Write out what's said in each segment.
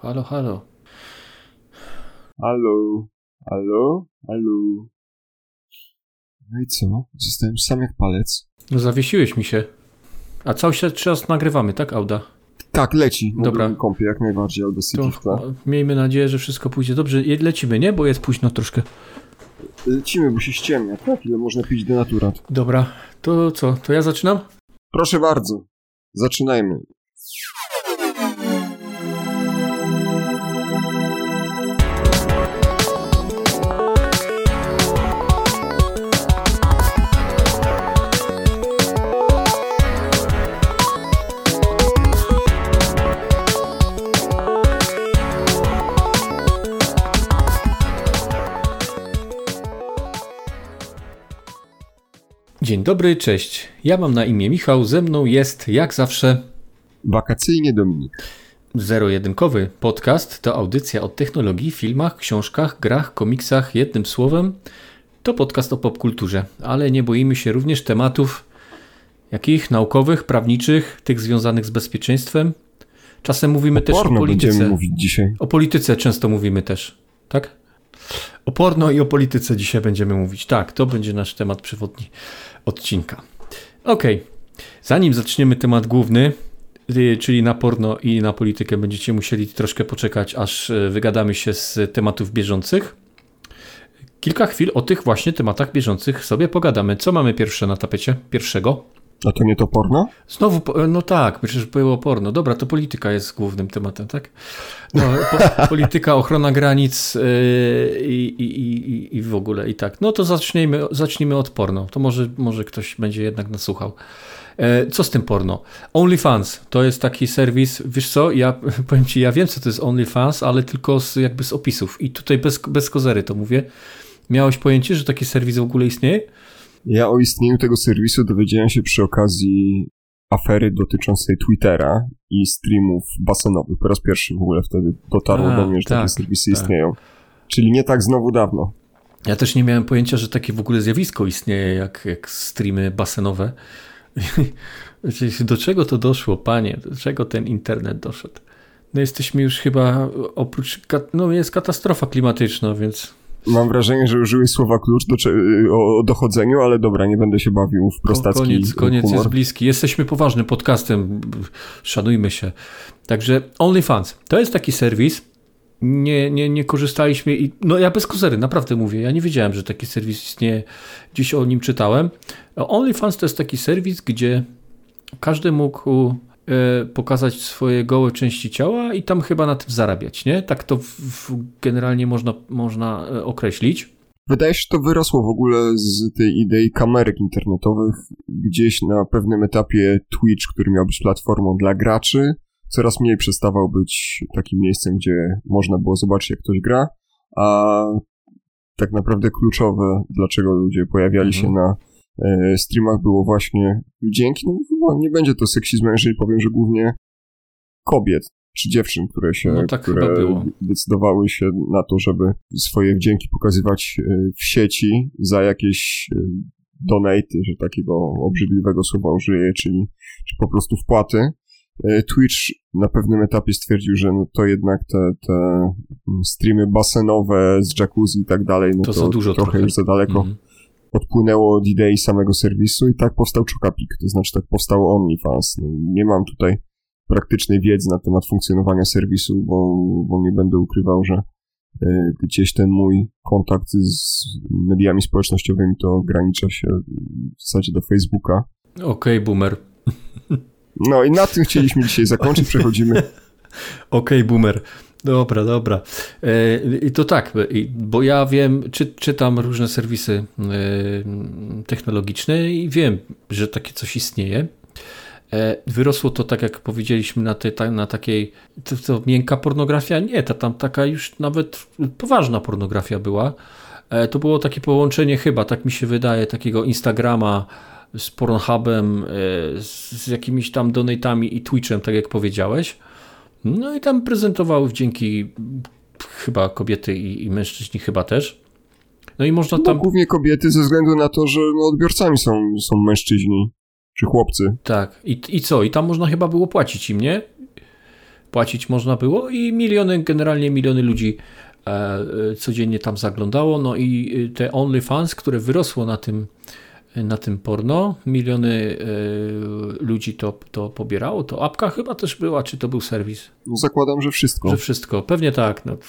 Halo, halo. Halo, halo, halo. No i co? Zostałem sam jak palec. No zawiesiłeś mi się. A cały czas nagrywamy, tak, Auda? Tak, leci. Dobra. Kąpie jak najbardziej, albo sypiwka. Miejmy nadzieję, że wszystko pójdzie dobrze. Lecimy, nie? Bo jest późno troszkę. Lecimy, bo się ściemnia. Tak, ile można pić denaturat. Dobra, to co? To ja zaczynam? Proszę bardzo. Zaczynajmy. Dzień dobry, cześć. Ja mam na imię Michał, ze mną jest, jak zawsze... Wakacyjnie Dominik. Zero-jedynkowy podcast to audycja o technologii, filmach, książkach, grach, komiksach, jednym słowem. To podcast o popkulturze, ale nie boimy się również tematów jakich? Naukowych, prawniczych, tych związanych z bezpieczeństwem. Czasem mówimy też o polityce. Będziemy mówić dzisiaj. O polityce często mówimy też, tak? O porno i o polityce dzisiaj będziemy mówić. Tak, to będzie nasz temat przewodni odcinka. Okej. Zanim zaczniemy temat główny, czyli na porno i na politykę, będziecie musieli troszkę poczekać, aż wygadamy się z tematów bieżących. Kilka chwil o tych właśnie tematach bieżących sobie pogadamy. Co mamy pierwsze na tapecie? Pierwszego? A to nie to porno? Znowu, no tak, przecież było porno. Dobra, to polityka jest głównym tematem, tak? No, polityka, ochrona granic i w ogóle i tak. No to zacznijmy od porno. To może ktoś będzie jednak nas słuchał. Co z tym porno? OnlyFans to jest taki serwis, wiesz co, ja powiem ci, ja wiem co to jest OnlyFans, ale tylko z opisów i tutaj bez kozery to mówię. Miałeś pojęcie, że taki serwis w ogóle istnieje? Ja o istnieniu tego serwisu dowiedziałem się przy okazji afery dotyczącej Twittera i streamów basenowych. Po raz pierwszy w ogóle wtedy dotarło do mnie, że takie serwisy istnieją. Czyli nie tak znowu dawno. Ja też nie miałem pojęcia, że takie w ogóle zjawisko istnieje, jak streamy basenowe. Do czego to doszło, panie? Do czego ten internet doszedł? No jesteśmy już chyba jest katastrofa klimatyczna, więc... Mam wrażenie, że użyłeś słowa klucz o dochodzeniu, ale dobra, nie będę się bawił w prostacki Koniec humor. jest bliski. Jesteśmy poważnym podcastem, szanujmy się. Także OnlyFans to jest taki serwis. Nie korzystaliśmy i no ja bez kozery, naprawdę mówię, ja nie wiedziałem, że taki serwis istnieje. Dziś o nim czytałem. OnlyFans to jest taki serwis, gdzie każdy mógł pokazać swoje gołe części ciała i tam chyba na tym zarabiać, nie? Tak to generalnie można określić. Wydaje się, że to wyrosło w ogóle z tej idei kamerek internetowych. Gdzieś na pewnym etapie Twitch, który miał być platformą dla graczy, coraz mniej przestawał być takim miejscem, gdzie można było zobaczyć, jak ktoś gra, a tak naprawdę kluczowe, dlaczego ludzie pojawiali się na streamach, było właśnie dzięki, no chyba nie będzie to seksizmem, jeżeli powiem, że głównie kobiet czy dziewczyn, które decydowały się na to, żeby swoje wdzięki pokazywać w sieci za jakieś donaty, że takiego obrzydliwego słowa użyję, czy po prostu wpłaty. Twitch na pewnym etapie stwierdził, że no to jednak te streamy basenowe z jacuzzi i tak dalej, no to za dużo trochę już za daleko odpłynęło od idei samego serwisu i tak powstał Czokapik, to znaczy tak powstało OnlyFans. No, nie mam tutaj praktycznej wiedzy na temat funkcjonowania serwisu, bo nie będę ukrywał, że gdzieś ten mój kontakt z mediami społecznościowymi to ogranicza się w zasadzie do Facebooka. Okej, boomer. No i na tym chcieliśmy dzisiaj zakończyć, przechodzimy. Okej, boomer. Dobra. I to tak, bo ja wiem, czytam różne serwisy technologiczne i wiem, że takie coś istnieje. Wyrosło to, tak jak powiedzieliśmy, na takiej, to miękka pornografia? Nie, tam taka już nawet poważna pornografia była. To było takie połączenie chyba, tak mi się wydaje, takiego Instagrama z Pornhubem, z jakimiś tam donatami i Twitchem, tak jak powiedziałeś. No i tam prezentowały wdzięki chyba kobiety i mężczyźni chyba też. No i można tam... głównie kobiety ze względu na to, że odbiorcami są mężczyźni czy chłopcy. Tak. I co? I tam można chyba było płacić im, nie? płacić można było i generalnie miliony ludzi codziennie tam zaglądało, no i te OnlyFans, które wyrosło na tym porno, miliony ludzi to pobierało, to apka chyba też była, czy to był serwis? No zakładam, że wszystko. Że wszystko, pewnie tak. No.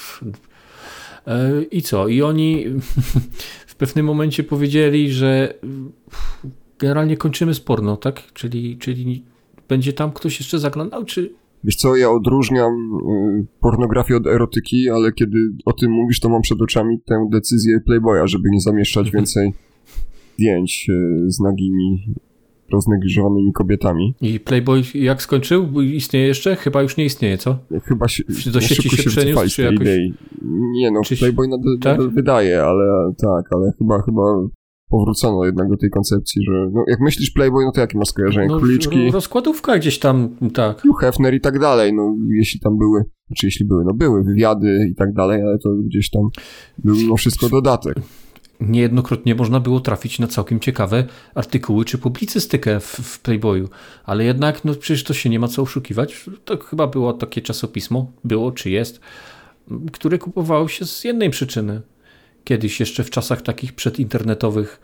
I co? I oni w pewnym momencie powiedzieli, że generalnie kończymy z porno, tak? Czyli będzie tam ktoś jeszcze zaglądał, czy... Wiesz co, ja odróżniam pornografię od erotyki, ale kiedy o tym mówisz, to mam przed oczami tę decyzję Playboya, żeby nie zamieszczać więcej zdjęć z nagimi, roznegliżowanymi kobietami. I Playboy jak skończył? Istnieje jeszcze? Chyba już nie istnieje, co? Chyba się... Do sieci się przeniósł, czy jakoś... idei. Nie no, Playboy nadal wydaje, ale chyba powrócono jednak do tej koncepcji, że no, jak myślisz Playboy, no to jakie masz skojarzenie? No, Króliczki? Rozkładówka gdzieś tam, tak. Hugh Hefner i tak dalej, no jeśli tam były, były wywiady i tak dalej, ale to gdzieś tam był mimo wszystko dodatek. Niejednokrotnie można było trafić na całkiem ciekawe artykuły czy publicystykę w Playboyu, ale jednak no przecież to się nie ma co oszukiwać. To chyba było takie czasopismo, było czy jest, które kupowało się z jednej przyczyny. Kiedyś jeszcze w czasach takich przedinternetowych,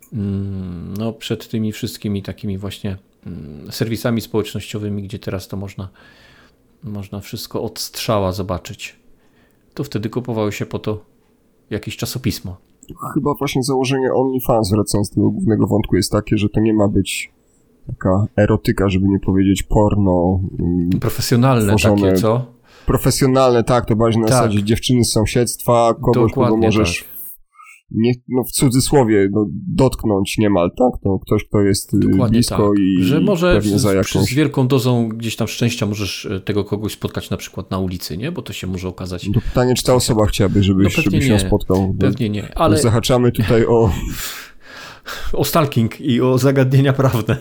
no przed tymi wszystkimi takimi właśnie serwisami społecznościowymi, gdzie teraz to można wszystko od strzała zobaczyć. To wtedy kupowało się po to jakieś czasopismo. Chyba właśnie założenie OnlyFans, wracając do tego głównego wątku, jest takie, że to nie ma być taka erotyka, żeby nie powiedzieć porno. Profesjonalne takie, co? Profesjonalne, tak, to bardziej na zasadzie dziewczyny z sąsiedztwa, kogoś, kogo możesz w cudzysłowie dotknąć niemal, tak? To ktoś, kto jest dokładnie blisko tak. I że może pewnie za jakąś... z wielką dozą gdzieś tam szczęścia możesz tego kogoś spotkać na przykład na ulicy, nie? Bo to się może okazać... To pytanie, czy ta osoba chciałaby, żebyś się spotkał. Pewnie nie, ale... Zahaczamy tutaj o stalking i o zagadnienia prawne.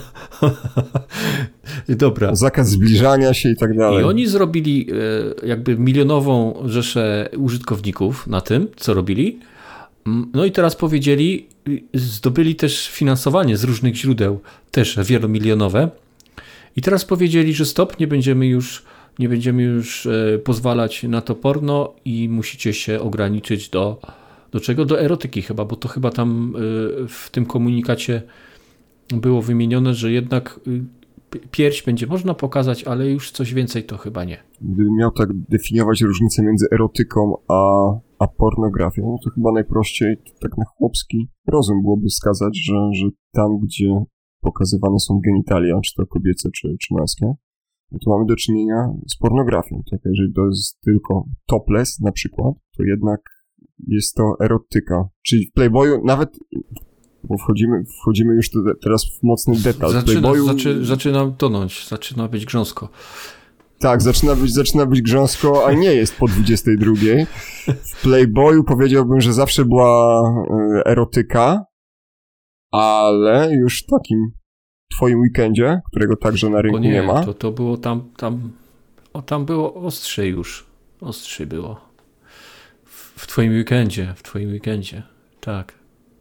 Dobra. Zakaz zbliżania się i tak dalej. I oni zrobili jakby milionową rzeszę użytkowników na tym, co robili. No i teraz powiedzieli, zdobyli też finansowanie z różnych źródeł, też wielomilionowe. I teraz powiedzieli, że stop, nie będziemy już pozwalać na to porno i musicie się ograniczyć do czego? Do erotyki chyba, bo to chyba tam w tym komunikacie było wymienione, że jednak pierś będzie można pokazać, ale już coś więcej to chyba nie. Gdybym miał tak definiować różnicę między erotyką a pornografią, no to chyba najprościej, tak na chłopski rozum byłoby wskazać, że tam, gdzie pokazywane są genitalia, czy to kobiece, czy męskie, no to mamy do czynienia z pornografią. Tak, jeżeli to jest tylko topless na przykład, to jednak jest to erotyka. Czyli w Playboyu nawet... Bo wchodzimy już teraz w mocny detal. Zaczyna tonąć, zaczyna być grząsko. Tak, zaczyna być grząsko, a nie jest po 22. W Playboyu powiedziałbym, że zawsze była erotyka, ale już w takim twoim weekendzie, którego także na rynku nie ma. To było tam było ostrzej już. Ostrzej było. W twoim weekendzie, tak.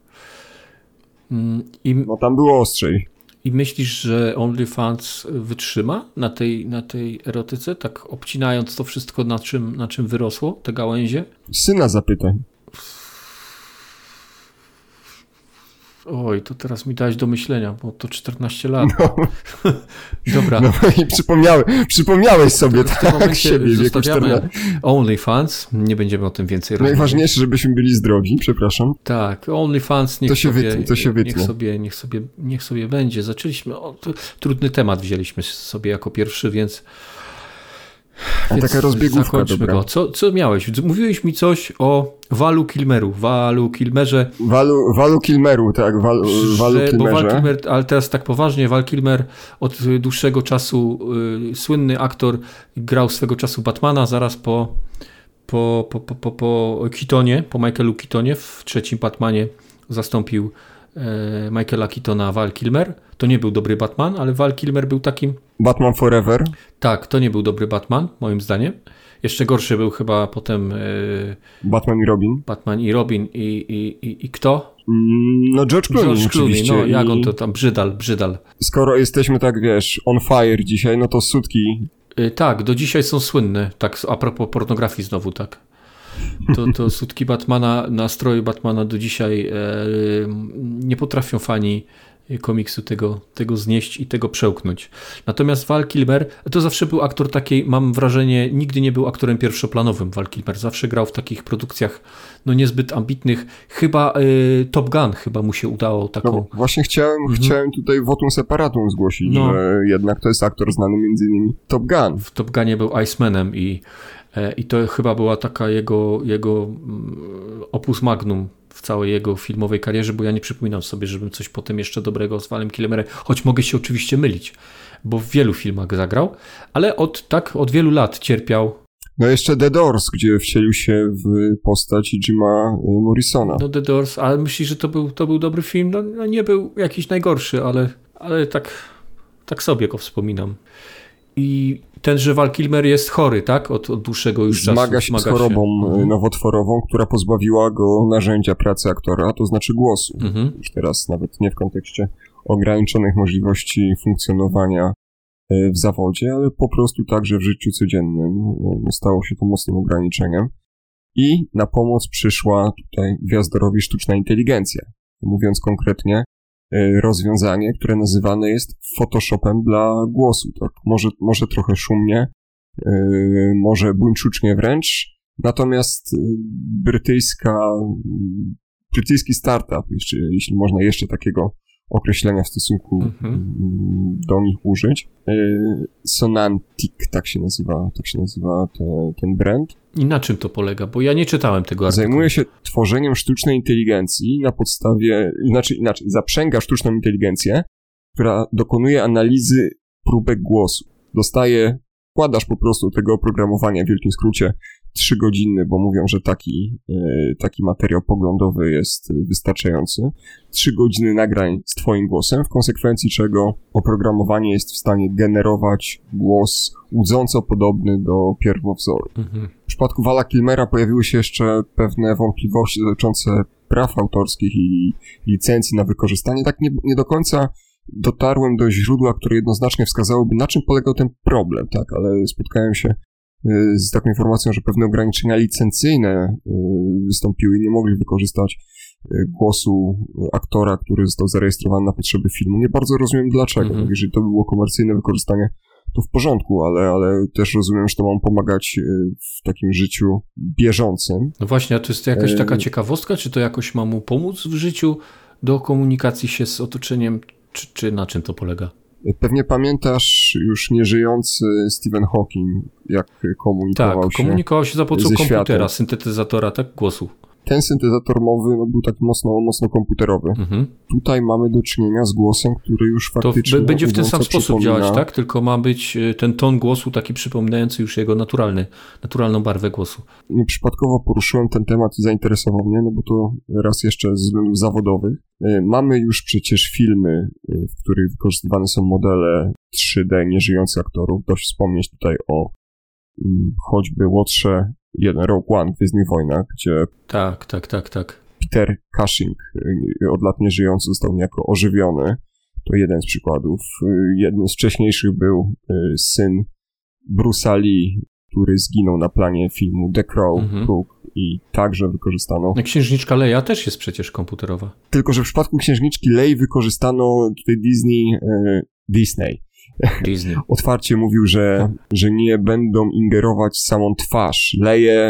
No tam było ostrzej. I myślisz, że OnlyFans wytrzyma na tej erotyce, tak obcinając to wszystko, na czym wyrosło, te gałęzie? Syna zapytaj. Oj, to teraz mi dałeś do myślenia, bo to 14 lat. No. Dobra. No i przypomniałeś sobie tak siebie w wieku 14. OnlyFans, nie będziemy o tym więcej rozmawiać. Najważniejsze, żebyśmy byli zdrowi, przepraszam. Tak, OnlyFans to się wytnie. Niech sobie będzie. Zaczęliśmy, trudny temat wzięliśmy sobie jako pierwszy, więc taka rozbiegówka, dobra. Go. Co miałeś? Mówiłeś mi coś o Valu Kilmeru. Valu Kilmerze, tak. Valu Kilmerze. Ale teraz tak poważnie, Val Kilmer od dłuższego czasu, słynny aktor, grał swego czasu Batmana, zaraz po Keatonie, po Michaelu Keatonie, w trzecim Batmanie zastąpił Michaela Keatona Val Kilmer. To nie był dobry Batman, ale Val Kilmer był takim... Batman Forever. Tak, to nie był dobry Batman, moim zdaniem. Jeszcze gorszy był chyba potem... Batman i Robin. Batman i Robin i kto? No George Clooney oczywiście. No jak on to tam, brzydal. Skoro jesteśmy tak, wiesz, on fire dzisiaj, no to sutki Tak, do dzisiaj są słynne, tak a propos pornografii znowu, tak. To sutki Batmana, nastroje Batmana do dzisiaj nie potrafią fani komiksu tego znieść i tego przełknąć. Natomiast Val Kilmer to zawsze był aktor taki, mam wrażenie, nigdy nie był aktorem pierwszoplanowym. Val Kilmer zawsze grał w takich produkcjach niezbyt ambitnych. Chyba Top Gun chyba mu się udało taką. No, właśnie chciałem tutaj votum separatum zgłosić, że jednak to jest aktor znany między innymi Top Gun. W Top Gunie był Icemanem i to chyba była taka jego opus magnum w całej jego filmowej karierze, bo ja nie przypominam sobie, żebym coś potem jeszcze dobrego z Valem Kilmerem, choć mogę się oczywiście mylić, bo w wielu filmach zagrał, ale od wielu lat cierpiał. No jeszcze The Doors, gdzie wcielił się w postać Jima Morrisona. No The Doors, ale myślisz, że to był dobry film? No nie był jakiś najgorszy, ale tak sobie go wspominam. I tenże Val Kilmer jest chory, tak? Od dłuższego już czasu. Zmaga się z chorobą nowotworową, która pozbawiła go narzędzia pracy aktora, to znaczy głosu. Już teraz nawet nie w kontekście ograniczonych możliwości funkcjonowania w zawodzie, ale po prostu także w życiu codziennym stało się to mocnym ograniczeniem. I na pomoc przyszła tutaj gwiazdorowi sztuczna inteligencja. Mówiąc konkretnie, rozwiązanie, które nazywane jest Photoshopem dla głosu. Tak? Może trochę szumnie, może buńczucznie wręcz, natomiast brytyjski startup, jeśli można jeszcze takiego określenia w stosunku do nich użyć, Sonantic, tak się nazywa ten brand. I na czym to polega? Bo ja nie czytałem tego artykułu. Zajmuje się tworzeniem sztucznej inteligencji na podstawie, inaczej, zaprzęga sztuczną inteligencję, która dokonuje analizy próbek głosu. Wkładasz po prostu tego oprogramowania, w wielkim skrócie 3 godziny, bo mówią, że taki materiał poglądowy jest wystarczający. 3 godziny nagrań z twoim głosem, w konsekwencji czego oprogramowanie jest w stanie generować głos łudząco podobny do pierwowzoru. W przypadku Vala Kilmera pojawiły się jeszcze pewne wątpliwości dotyczące praw autorskich i licencji na wykorzystanie. Tak nie do końca dotarłem do źródła, które jednoznacznie wskazałoby, na czym polegał ten problem, tak, ale spotkałem się z taką informacją, że pewne ograniczenia licencyjne wystąpiły i nie mogli wykorzystać głosu aktora, który został zarejestrowany na potrzeby filmu. Nie bardzo rozumiem dlaczego. Jeżeli to było komercyjne wykorzystanie, to w porządku, ale też rozumiem, że to mam pomagać w takim życiu bieżącym. No właśnie, a to jest jakaś taka ciekawostka, czy to jakoś ma mu pomóc w życiu do komunikacji się z otoczeniem, czy na czym to polega? Pewnie pamiętasz już nieżyjący Stephen Hawking, jak komunikował się za pomocą komputera, syntetyzatora, tak, głosu. Ten syntezator mowy był taki mocno komputerowy. Tutaj mamy do czynienia z głosem, który już faktycznie... To będzie w ten sam sposób działać, tak? Tylko ma być ten ton głosu taki przypominający już jego naturalną barwę głosu. Nieprzypadkowo poruszyłem ten temat i zainteresował mnie, bo to raz jeszcze ze względów zawodowych. Mamy już przecież filmy, w których wykorzystywane są modele 3D nieżyjących aktorów. Dość wspomnieć tutaj o choćby Łotrze 1 Rogue One w Gwiezdnych Wojnach, gdzie tak. Peter Cushing, od lat nieżyjący, został niejako ożywiony. To jeden z przykładów. Jednym z wcześniejszych był syn Bruce'a Lee, który zginął na planie filmu The Crow, i także wykorzystano... Księżniczka Leia też jest przecież komputerowa. Tylko że w przypadku księżniczki Lei wykorzystano tutaj Disney. Otwarcie mówił, że nie będą ingerować w samą twarz.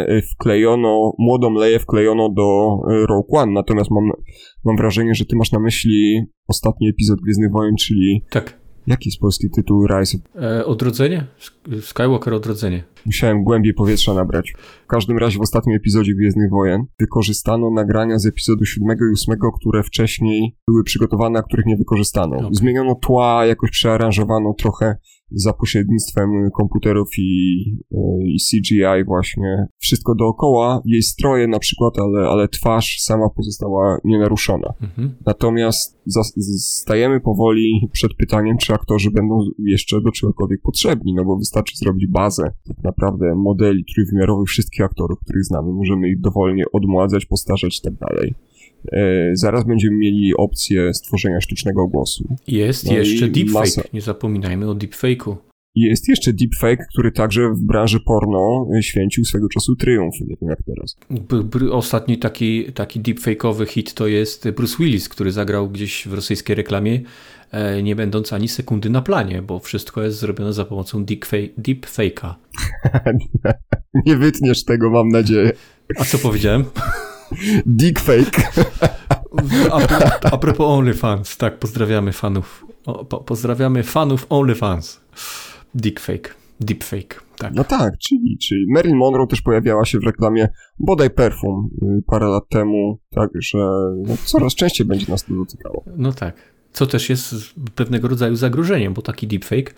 Młodą Leję wklejono do Rogue One, natomiast mam wrażenie, że ty masz na myśli ostatni epizod Gwiezdnych Wojen, czyli... Tak. Jaki jest polski tytuł Rise? Odrodzenie? Skywalker Odrodzenie. Musiałem głębiej powietrza nabrać. W każdym razie w ostatnim epizodzie Gwiezdnych Wojen wykorzystano nagrania z epizodu 7 i 8, które wcześniej były przygotowane, a których nie wykorzystano. Okay. Zmieniono tła, jakoś przearanżowano trochę za pośrednictwem komputerów i CGI właśnie. Wszystko dookoła, jej stroje na przykład, ale twarz sama pozostała nienaruszona. Natomiast stajemy powoli przed pytaniem, czy aktorzy będą jeszcze do czegokolwiek potrzebni, bo wystarczy zrobić bazę tak naprawdę modeli trójwymiarowych wszystkich aktorów, których znamy. Możemy ich dowolnie odmładzać, postarzać i tak dalej. Zaraz będziemy mieli opcję stworzenia sztucznego głosu. Jest jeszcze deepfake. Nie zapominajmy o deepfake'u. Jest jeszcze deepfake, który także w branży porno święcił swego czasu triumf, nie wiem jak teraz. Ostatni taki deepfake'owy hit to jest Bruce Willis, który zagrał gdzieś w rosyjskiej reklamie, nie będąc ani sekundy na planie, bo wszystko jest zrobione za pomocą deepfake'a. Nie wytniesz tego, mam nadzieję. A co powiedziałem? Deepfake. A propos OnlyFans, tak, pozdrawiamy fanów. Pozdrawiamy fanów OnlyFans. Deepfake, tak. No tak, czyli Marilyn Monroe też pojawiała się w reklamie bodaj perfum parę lat temu, także coraz częściej będzie nas to dotykało. No tak, co też jest pewnego rodzaju zagrożeniem, bo taki deepfake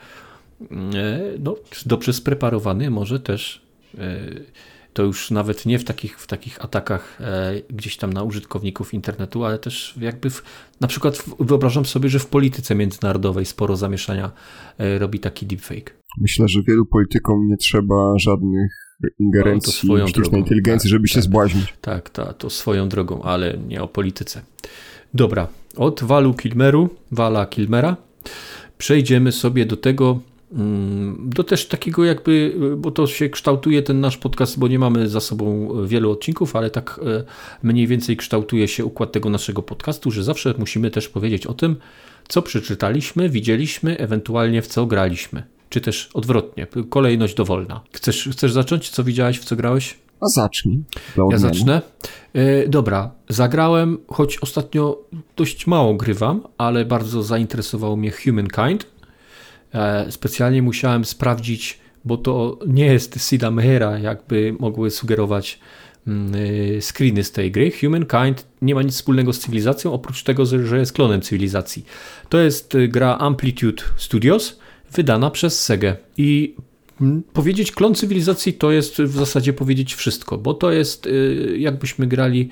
dobrze spreparowany może też to już nawet nie w takich atakach gdzieś tam na użytkowników internetu, ale też jakby na przykład wyobrażam sobie, że w polityce międzynarodowej sporo zamieszania robi taki deepfake. Myślę, że wielu politykom nie trzeba żadnych ingerencji sztucznej inteligencji, żeby się zbłaźnić. Tak, to swoją drogą, ale nie o polityce. Dobra, od Vala Kilmera przejdziemy sobie do tego, do też takiego jakby, bo to się kształtuje ten nasz podcast, bo nie mamy za sobą wielu odcinków, ale tak mniej więcej kształtuje się układ tego naszego podcastu, że zawsze musimy też powiedzieć o tym, co przeczytaliśmy, widzieliśmy, ewentualnie w co graliśmy. Czy też odwrotnie, kolejność dowolna. Chcesz zacząć? Co widziałeś, w co grałeś? A zacznij. Ja zacznę. Dobra, zagrałem, choć ostatnio dość mało grywam, ale bardzo zainteresował mnie Humankind. Specjalnie musiałem sprawdzić, bo to nie jest Sida Mehera, jakby mogły sugerować screeny z tej gry. Humankind nie ma nic wspólnego z cywilizacją, oprócz tego, że jest klonem cywilizacji. To jest gra Amplitude Studios, wydana przez Segę. I powiedzieć klon cywilizacji to jest w zasadzie powiedzieć wszystko, bo to jest jakbyśmy grali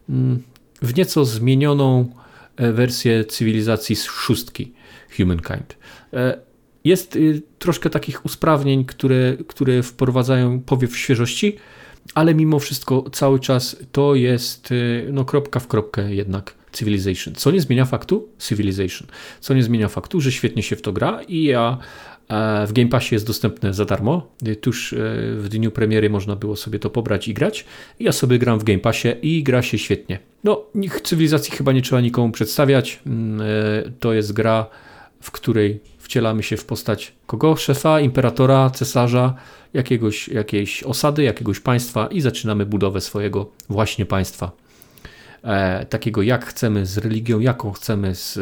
w nieco zmienioną wersję cywilizacji z 6 Humankind. Jest troszkę takich usprawnień, które wprowadzają powiew świeżości, ale mimo wszystko cały czas to jest kropka w kropkę jednak Civilization. Co nie zmienia faktu? Civilization. Co nie zmienia faktu, że świetnie się w to gra i w Game Passie jest dostępne za darmo. Tuż w dniu premiery można było sobie to pobrać i grać. Ja sobie gram w Game Passie i gra się świetnie. Cywilizacji chyba nie trzeba nikomu przedstawiać. To jest gra, w której wcielamy się w postać kogo? Szefa, imperatora, cesarza, jakiejś osady, jakiegoś państwa i zaczynamy budowę swojego właśnie państwa. Takiego jak chcemy, z religią jaką chcemy, z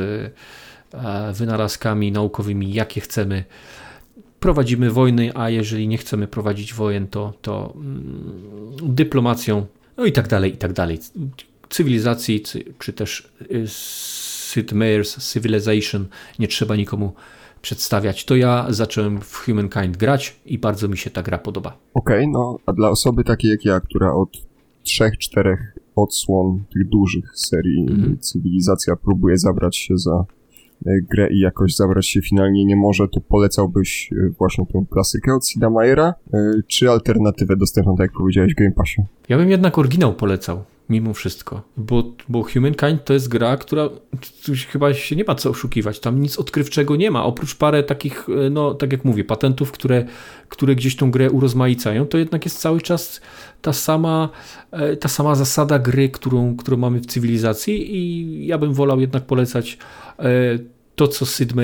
wynalazkami naukowymi jakie chcemy. Prowadzimy wojny, a jeżeli nie chcemy prowadzić wojen, to dyplomacją, i tak dalej, i tak dalej. Cywilizacji, czy też Sid Meier's Civilization nie trzeba nikomu przedstawiać. To ja zacząłem w Humankind grać i bardzo mi się ta gra podoba. Okej, a dla osoby takiej jak ja, która od 3-4 odsłon tych dużych serii Cywilizacja próbuje zabrać się za grę i jakoś zabrać się finalnie nie może, to polecałbyś właśnie tę klasykę od Sida Meiera, czy alternatywę dostępną, tak jak powiedziałeś, w Game Passie? Ja bym jednak oryginał polecał, mimo wszystko, bo Humankind to jest gra, która chyba się nie ma co oszukiwać, tam nic odkrywczego nie ma, oprócz parę takich, tak jak mówię, patentów, które gdzieś tą grę urozmaicają, to jednak jest cały czas ta sama zasada gry, którą mamy w Cywilizacji i ja bym wolał jednak polecać to, co Sid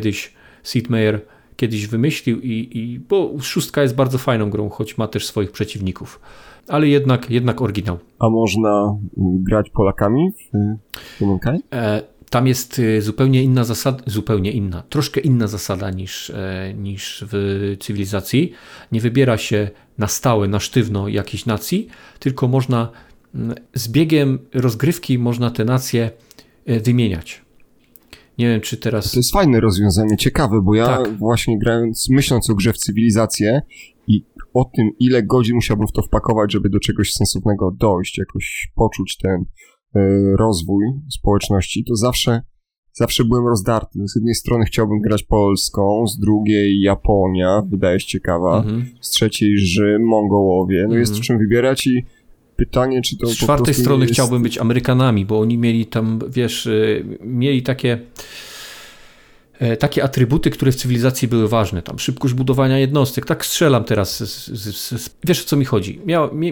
Meier kiedyś wymyślił bo 6 jest bardzo fajną grą, choć ma też swoich przeciwników, ale jednak oryginał. A można grać Polakami w Humankind? Tam jest troszkę inna zasada niż w Cywilizacji. Nie wybiera się na stałe, na sztywno jakiejś nacji, tylko można z biegiem rozgrywki można te nacje wymieniać. Nie wiem, czy teraz... To jest fajne rozwiązanie, ciekawe, bo ja właśnie myśląc o grze w Cywilizację i o tym, ile godzin musiałbym w to wpakować, żeby do czegoś sensownego dojść, jakoś poczuć ten rozwój społeczności, to zawsze byłem rozdarty. Z jednej strony chciałbym grać polską, z drugiej Japonia, wydaje się ciekawa, z trzeciej Rzym, Mongołowie, jest w czym wybierać i pytanie, czy to z czwartej strony chciałbym być Amerykanami, bo oni mieli tam, mieli takie takie atrybuty, które w cywilizacji były ważne, tam szybkość budowania jednostek, tak strzelam teraz, wiesz o co mi chodzi,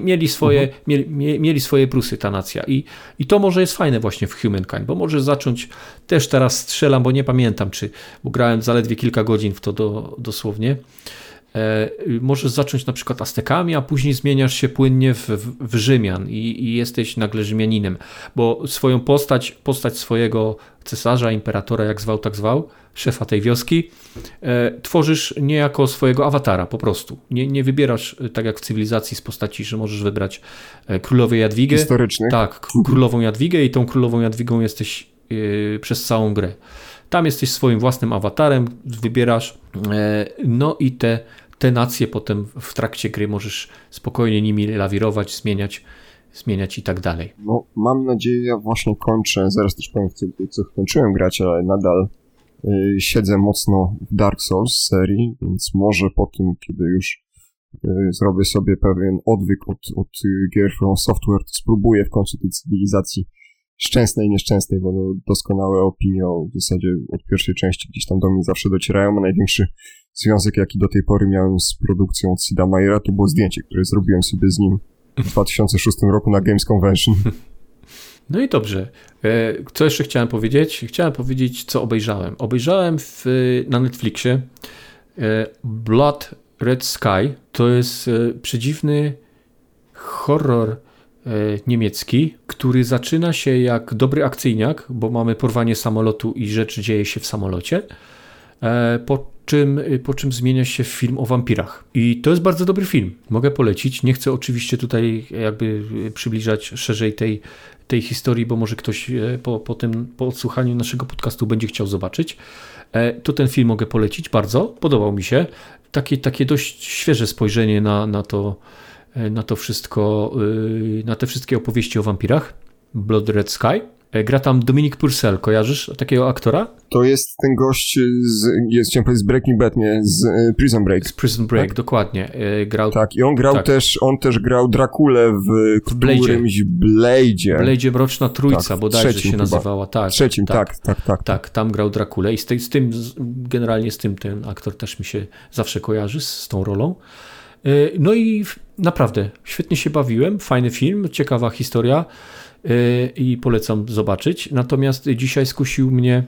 mieli swoje plusy ta nacja i to może jest fajne właśnie w Humankind, bo możesz zacząć, też teraz strzelam, bo nie pamiętam, bo grałem zaledwie kilka godzin w to dosłownie, możesz zacząć na przykład Aztekami, a później zmieniasz się płynnie w Rzymian i jesteś nagle Rzymianinem, bo swoją postać swojego cesarza, imperatora, jak zwał, tak zwał, szefa tej wioski, tworzysz niejako swojego awatara po prostu. Nie wybierasz, tak jak w cywilizacji z postaci, że możesz wybrać królową Jadwigę. Historyczny. Tak, królową Jadwigę i tą królową Jadwigą jesteś przez całą grę. Tam jesteś swoim własnym awatarem, wybierasz, no i te nacje potem w trakcie gry możesz spokojnie nimi lawirować, zmieniać i tak dalej. No, mam nadzieję, ja właśnie kończę, zaraz też powiem, co kończyłem grać, ale nadal siedzę mocno w Dark Souls serii, więc może po tym, kiedy już zrobię sobie pewien odwyk od gier From Software, to spróbuję w końcu tej cywilizacji szczęsnej i nieszczęsnej, bo no, doskonałe opinie w zasadzie od pierwszej części gdzieś tam do mnie zawsze docierają, a największy związek, jaki do tej pory miałem z produkcją od Sida Meiera, to było zdjęcie, które zrobiłem sobie z nim w 2006 roku na Games Convention. No i dobrze. Co jeszcze chciałem powiedzieć? Chciałem powiedzieć, co obejrzałem. Obejrzałem na Netflixie Blood Red Sky. To jest przedziwny horror niemiecki, który zaczyna się jak dobry akcyjniak, bo mamy porwanie samolotu i rzecz dzieje się w samolocie, po czym zmienia się w film o wampirach. I to jest bardzo dobry film. Mogę polecić. Nie chcę oczywiście tutaj jakby przybliżać szerzej tej historii, bo może ktoś po odsłuchaniu naszego podcastu będzie chciał zobaczyć. To ten film mogę polecić bardzo. Podobał mi się. Takie dość świeże spojrzenie na to wszystko, na te wszystkie opowieści o wampirach. Blood Red Sky. Gra tam Dominic Purcell, kojarzysz takiego aktora? To jest ten gość chciałem powiedzieć z Breaking Bad, nie, z Prison Break. Z Prison Break, tak? Dokładnie. Grał, tak, i on grał tak. on też grał Drakulę w którymś Blade'zie. Blade'zie Mroczna Trójca, tak, bodajże się nazywała. Tak, trzecim, tak. Tak, tam grał Drakulę i z tym, generalnie z tym ten aktor też mi się zawsze kojarzy, z tą rolą. No i naprawdę, świetnie się bawiłem, fajny film, ciekawa historia i polecam zobaczyć. Natomiast dzisiaj skusił mnie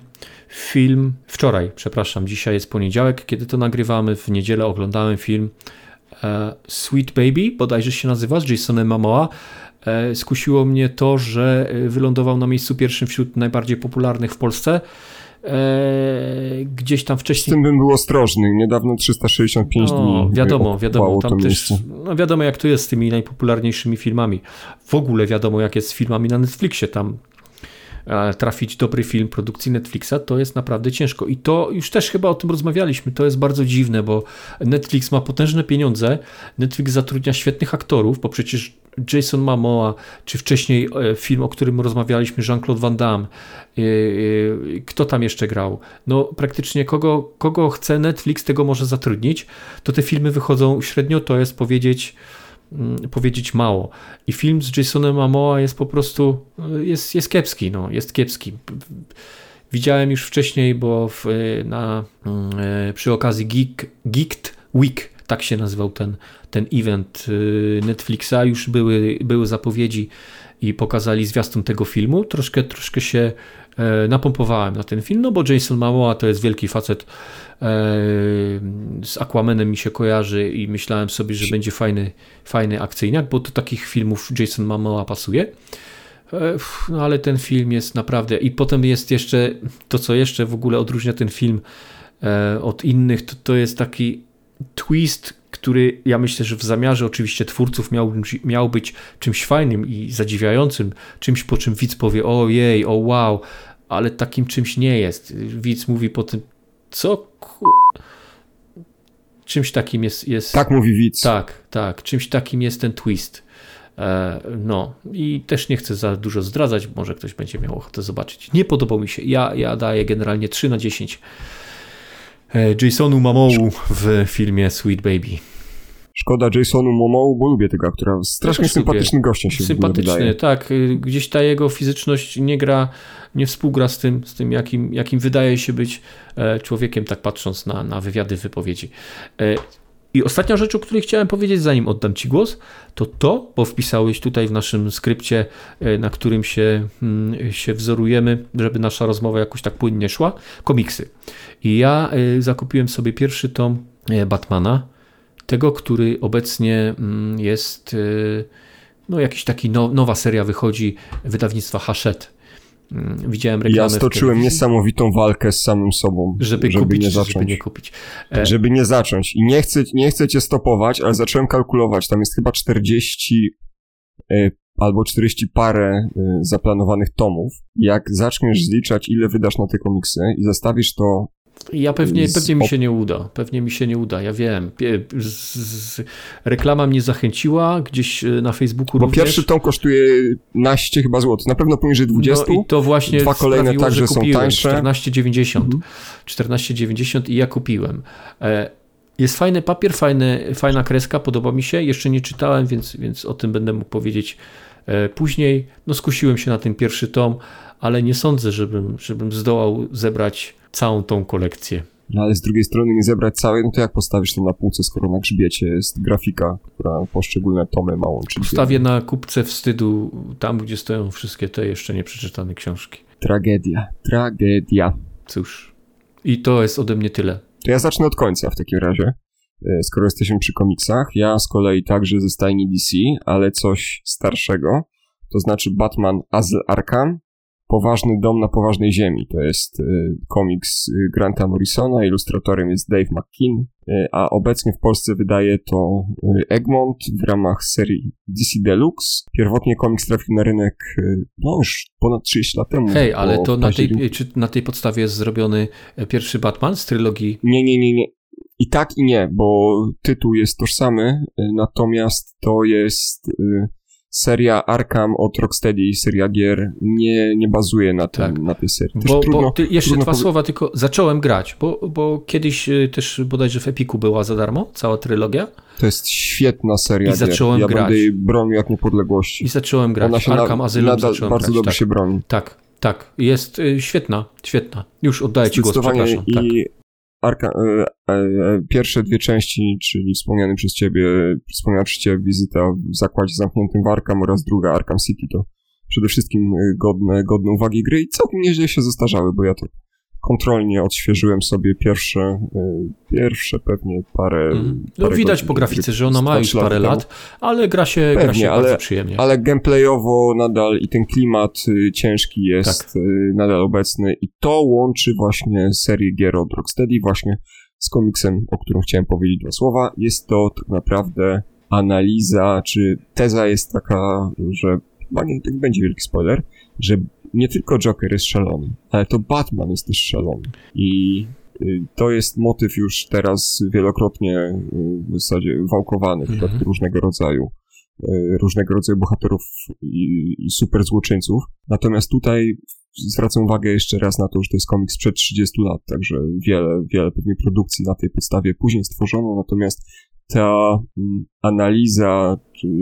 dzisiaj jest poniedziałek, kiedy to nagrywamy, w niedzielę oglądałem film Sweet Baby, bodajże się nazywa, z Jasonem Momoa. Skusiło mnie to, że wylądował na miejscu pierwszym wśród najbardziej popularnych w Polsce. Gdzieś tam wcześniej. Z tym bym był ostrożny. Niedawno 365 dni. Wiadomo. Tam też, wiadomo jak to jest z tymi najpopularniejszymi filmami. W ogóle wiadomo jak jest z filmami na Netflixie. Tam trafić dobry film produkcji Netflixa to jest naprawdę ciężko. I to już też chyba o tym rozmawialiśmy. To jest bardzo dziwne, bo Netflix ma potężne pieniądze. Netflix zatrudnia świetnych aktorów, bo przecież Jason Momoa, czy wcześniej film, o którym rozmawialiśmy, Jean-Claude Van Damme, kto tam jeszcze grał? No praktycznie kogo chce Netflix, tego może zatrudnić, to te filmy wychodzą średnio, to jest powiedzieć mało. I film z Jasonem Momoa jest po prostu, jest kiepski, jest kiepski. Widziałem już wcześniej, bo przy okazji Geeked Week, tak się nazywał ten event Netflixa, już były zapowiedzi i pokazali zwiastun tego filmu. Troszkę się napompowałem na ten film, bo Jason Momoa to jest wielki facet, z Aquamanem mi się kojarzy i myślałem sobie, że będzie fajny akcyjniak, bo do takich filmów Jason Momoa pasuje. No ale ten film jest naprawdę... I potem jest jeszcze to, co jeszcze w ogóle odróżnia ten film od innych, to jest taki twist, który ja myślę, że w zamiarze oczywiście twórców miał być czymś fajnym i zadziwiającym, czymś po czym widz powie ojej, o wow, ale takim czymś nie jest. Widz mówi po tym, czymś takim jest... Tak mówi widz. Tak, czymś takim jest ten twist. I też nie chcę za dużo zdradzać, może ktoś będzie miał ochotę zobaczyć. Nie podobał mi się. Ja daję generalnie 3/10 Jasonu Momoa w filmie Sweet Baby. Szkoda Jasonu Momoa, bo lubię tego aktora. Strasznie sympatycznym gościem się sympatyczny, tak. Gdzieś ta jego fizyczność nie współgra z tym jakim wydaje się być człowiekiem, tak patrząc na wywiady, wypowiedzi. I ostatnia rzecz, o której chciałem powiedzieć, zanim oddam Ci głos, bo wpisałeś tutaj w naszym skrypcie, na którym się wzorujemy, żeby nasza rozmowa jakoś tak płynnie szła, komiksy. I ja zakupiłem sobie pierwszy tom Batmana, tego, który obecnie jest, jakiś taki nowa seria wychodzi wydawnictwa Hachette. Widziałem reklamę. Ja stoczyłem niesamowitą walkę z samym sobą, żeby kupić, nie zacząć. Żeby nie kupić. Żeby nie zacząć. I nie chcę cię stopować, ale zacząłem kalkulować. Tam jest chyba 40 albo 40 parę zaplanowanych tomów. Jak zaczniesz zliczać, ile wydasz na te komiksy i zestawisz to... Ja pewnie mi się nie uda. Pewnie mi się nie uda, ja wiem. Reklama mnie zachęciła, gdzieś na Facebooku również. Bo pierwszy tom kosztuje 11 chyba złotych, na pewno poniżej 20. No i to właśnie dwa kolejne sprawiło, także że kupiłem, są tańsze. 14,90. 14,90 i ja kupiłem. Jest fajny papier, fajna kreska, podoba mi się. Jeszcze nie czytałem, więc o tym będę mógł powiedzieć później. Skusiłem się na ten pierwszy tom, ale nie sądzę, żebym zdołał zebrać całą tą kolekcję. No ale z drugiej strony nie zebrać całej, no to jak postawisz to na półce, skoro na grzbiecie jest grafika, która poszczególne tomy ma łączyć? Postawię na kupce wstydu, tam gdzie stoją wszystkie te jeszcze nieprzeczytane książki. Tragedia. Cóż, i to jest ode mnie tyle. To ja zacznę od końca w takim razie, skoro jesteśmy przy komiksach. Ja z kolei także ze stajni DC, ale coś starszego, to znaczy Batman Asylum Arkham, Poważny dom na poważnej ziemi. To jest komiks Granta Morrisona, ilustratorem jest Dave McKean, a obecnie w Polsce wydaje to Egmont w ramach serii DC Deluxe. Pierwotnie komiks trafił na rynek już ponad 30 lat temu. Hej, ale to czy na tej podstawie jest zrobiony pierwszy Batman z trylogii? Nie. I tak i nie, bo tytuł jest tożsamy, natomiast to jest... Seria Arkham od Rocksteady, seria gier, nie bazuje na tej serii. Jeszcze dwa słowa, tylko zacząłem grać, bo kiedyś też bodajże w Epiku była za darmo, cała trylogia. To jest świetna seria gier. Zacząłem grać. Będę jej bronił jak niepodległości. I zacząłem grać. Ona się Arkham Asylum zacząłem bardzo grać. dobrze się broni. Tak. Jest świetna. Już oddaję Ci głos, przepraszam. I pierwsze dwie części, czyli wspomniana przez ciebie wizyta w zakładzie zamkniętym w Arkham oraz druga Arkham City, to przede wszystkim godne uwagi gry i całkiem nieźle się zestarzały, bo ja to kontrolnie odświeżyłem sobie pierwsze pewnie parę widać po grafice, że ona ma już parę lat, ale gra się bardzo przyjemnie. Ale gameplayowo nadal i ten klimat ciężki jest nadal obecny i to łączy właśnie serię gier od Rocksteady właśnie z komiksem, o którym chciałem powiedzieć dwa słowa. Jest to tak naprawdę analiza, czy teza jest taka, że chyba nie będzie wielki spoiler, że nie tylko Joker jest szalony, ale to Batman jest też szalony. I to jest motyw już teraz wielokrotnie w zasadzie wałkowany w przypadku różnego rodzaju bohaterów i super złoczyńców. Natomiast tutaj zwracam uwagę jeszcze raz na to, że to jest komiks sprzed 30 lat, także wiele pewnie produkcji na tej podstawie później stworzono, natomiast ta analiza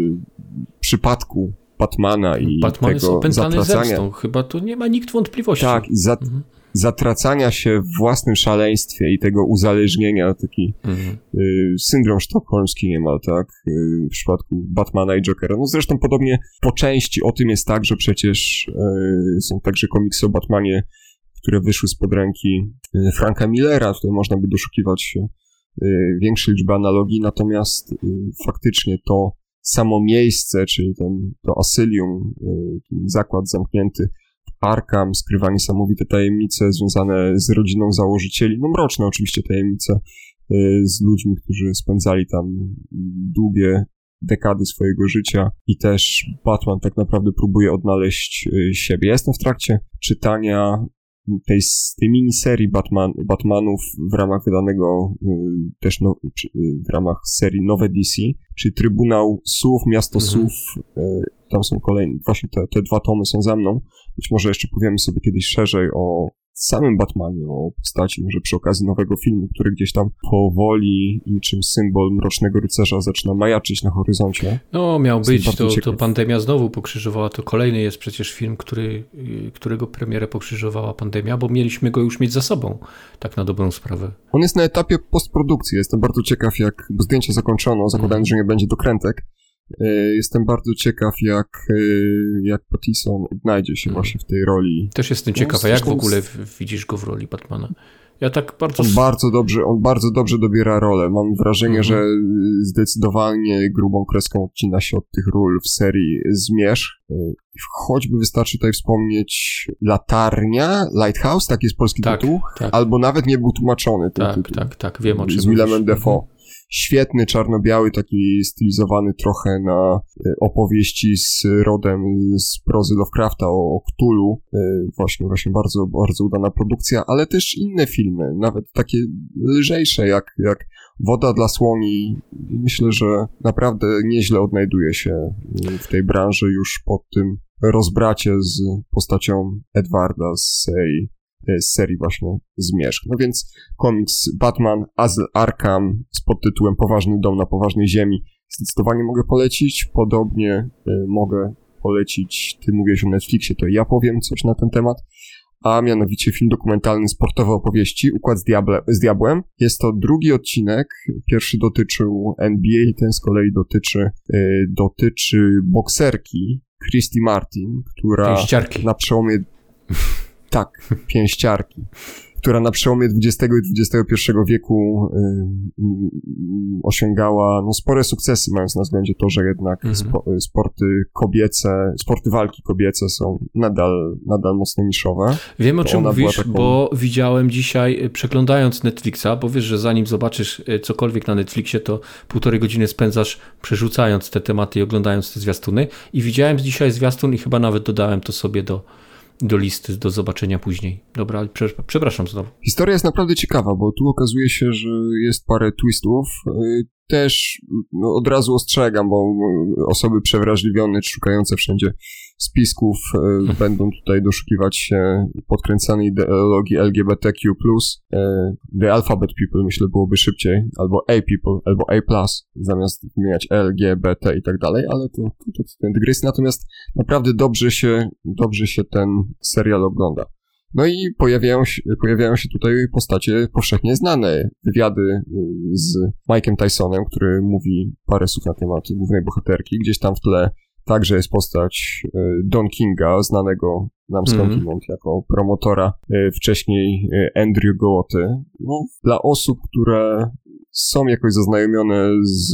przypadku Batmana i Batman tego jest opętany zatracania... zemstą, chyba to nie ma nikt wątpliwości. Tak, zatracania się w własnym szaleństwie i tego uzależnienia, taki syndrom sztokholmski niemal, tak, w przypadku Batmana i Jokera. No zresztą podobnie po części o tym jest tak, że przecież są także komiksy o Batmanie, które wyszły spod ręki Franka Millera, tutaj można by doszukiwać się większej liczby analogii, natomiast faktycznie to samo miejsce, czyli to asylium, ten zakład zamknięty Arkham, skrywa niesamowite tajemnice związane z rodziną założycieli, no mroczne oczywiście tajemnice z ludźmi, którzy spędzali tam długie dekady swojego życia i też Batman tak naprawdę próbuje odnaleźć siebie. Ja jestem w trakcie czytania tej miniserii Batmanów w ramach wydanego też w ramach serii Nowe DC, czyli Trybunał Słów, Miasto Słów, tam są kolejne, właśnie te dwa tomy są za mną. Być może jeszcze powiemy sobie kiedyś szerzej o samym Batmanie, o postaci, może przy okazji nowego filmu, który gdzieś tam powoli, niczym symbol Mrocznego Rycerza zaczyna majaczyć na horyzoncie. No, miał być, to pandemia znowu pokrzyżowała, to kolejny jest przecież film, którego premierę pokrzyżowała pandemia, bo mieliśmy go już mieć za sobą, tak na dobrą sprawę. On jest na etapie postprodukcji, jestem bardzo ciekaw, bo zdjęcie zakończono, zakładając, że nie będzie dokrętek. Jestem bardzo ciekaw, jak Pattinson odnajdzie się właśnie w tej roli. Też jestem ciekaw, a jak w ogóle widzisz go w roli Batmana? Ja tak bardzo... On bardzo dobrze dobiera rolę. Mam wrażenie, że zdecydowanie grubą kreską odcina się od tych ról w serii Zmierzch. Choćby wystarczy tutaj wspomnieć Latarnia, Lighthouse, tak jest polski tytuł, tak. Albo nawet nie był tłumaczony ten tytuł. Tak, wiem o czym z Willemem Dafoe. Świetny, czarno-biały, taki stylizowany trochę na opowieści rodem z prozy Lovecrafta o Cthulhu. Właśnie bardzo, bardzo udana produkcja, ale też inne filmy, nawet takie lżejsze jak Woda dla słoni. Myślę, że naprawdę nieźle odnajduje się w tej branży już po tym rozbracie z postacią Edwarda z serii właśnie Zmierzch. No więc komiks Batman Azyl Arkham z podtytułem Poważny dom na poważnej ziemi zdecydowanie mogę polecić. Podobnie mogę polecić, ty mówiłeś o Netflixie, to ja powiem coś na ten temat, a mianowicie film dokumentalny Sportowe opowieści Układ z Diabłem. Jest to drugi odcinek. Pierwszy dotyczył NBA, ten z kolei dotyczy bokserki Christy Martin, która pięściarki. Na przełomie pięściarki, która na przełomie XX i XXI wieku osiągała spore sukcesy, mając na względzie to, że jednak sporty walki kobiece są nadal mocno niszowe. Wiem, o czym mówisz, bo widziałem dzisiaj, przeglądając Netflixa, bo wiesz, że zanim zobaczysz cokolwiek na Netflixie, to 1,5 godziny spędzasz przerzucając te tematy i oglądając te zwiastuny, i widziałem dzisiaj zwiastun i chyba nawet dodałem to sobie do listy, do zobaczenia później. Dobra, ale przepraszam znowu. Historia jest naprawdę ciekawa, bo tu okazuje się, że jest parę twistów. Też od razu ostrzegam, bo osoby przewrażliwione, szukające wszędzie spisków będą tutaj doszukiwać się podkręcanej ideologii LGBTQ+. The Alphabet People, myślę, byłoby szybciej, albo A People, albo A+, zamiast wymieniać LGBT i tak dalej, ale to ten dygresja. Natomiast naprawdę dobrze się ten serial ogląda. No i pojawiają się tutaj postacie powszechnie znane. Wywiady z Mike'em Tysonem, który mówi parę słów na temat głównej bohaterki. Gdzieś tam w tle także jest postać Don Kinga, znanego nam skądinąd jako promotora, wcześniej Andrew Gołoty. No, dla osób, które są jakoś zaznajomione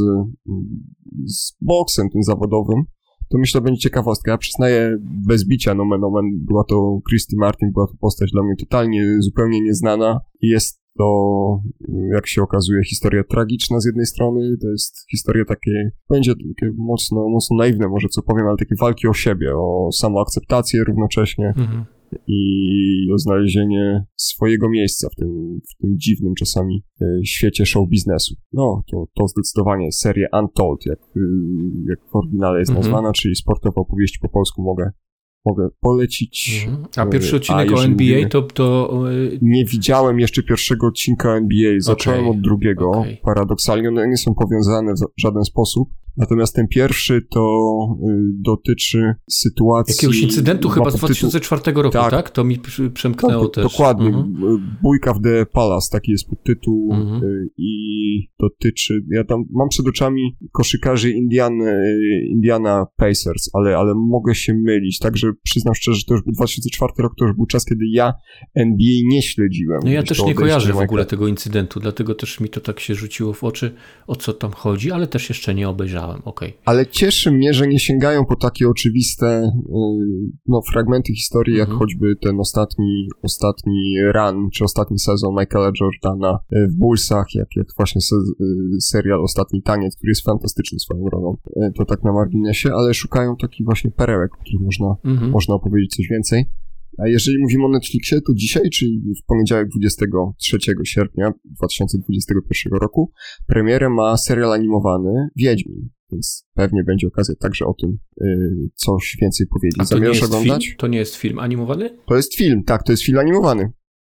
z boksem tym zawodowym, to myślę, będzie ciekawostka. Ja przyznaję, bez bicia nomen omen, była to Christy Martin, była to postać dla mnie zupełnie nieznana. Jest to, jak się okazuje, historia tragiczna z jednej strony, to jest historia będzie takie mocno naiwne może co powiem, ale takie walki o siebie, o samoakceptację równocześnie i o znalezienie swojego miejsca w tym dziwnym czasami świecie show biznesu. No, to zdecydowanie seria Untold, jak w oryginale jest nazwana, czyli sportowe opowieści po polsku mogę polecić. A pierwszy odcinek o NBA to... Nie widziałem jeszcze pierwszego odcinka NBA. Zacząłem od drugiego. Paradoksalnie one nie są powiązane w żaden sposób. Natomiast ten pierwszy to dotyczy sytuacji... Jakiegoś incydentu chyba z 2004 roku, tak? To mi przemknęło też. Dokładnie. Bójka w The Palace, taki jest podtytuł i dotyczy... Ja tam mam przed oczami koszykarzy Indiana Pacers, ale mogę się mylić. Także przyznam szczerze, że to już był 2004 rok, to już był czas, kiedy ja NBA nie śledziłem. No ja też nie kojarzę w ogóle tego incydentu, dlatego też mi to tak się rzuciło w oczy, o co tam chodzi, ale też jeszcze nie obejrzałem. Ale cieszy mnie, że nie sięgają po takie oczywiste fragmenty historii, jak choćby ten ostatni run, czy ostatni sezon Michaela Jordana w Bullsach, jak właśnie serial Ostatni Taniec, który jest fantastyczny swoją drogą. To tak na marginesie, ale szukają takich właśnie perełek, o których można opowiedzieć coś więcej. A jeżeli mówimy o Netflixie, to dzisiaj, czyli w poniedziałek 23 sierpnia 2021 roku, premierę ma serial animowany Wiedźmin, więc pewnie będzie okazja także o tym coś więcej powiedzieć. A to Zamierzasz oglądać? To nie jest film animowany? To jest film, tak, to jest film animowany.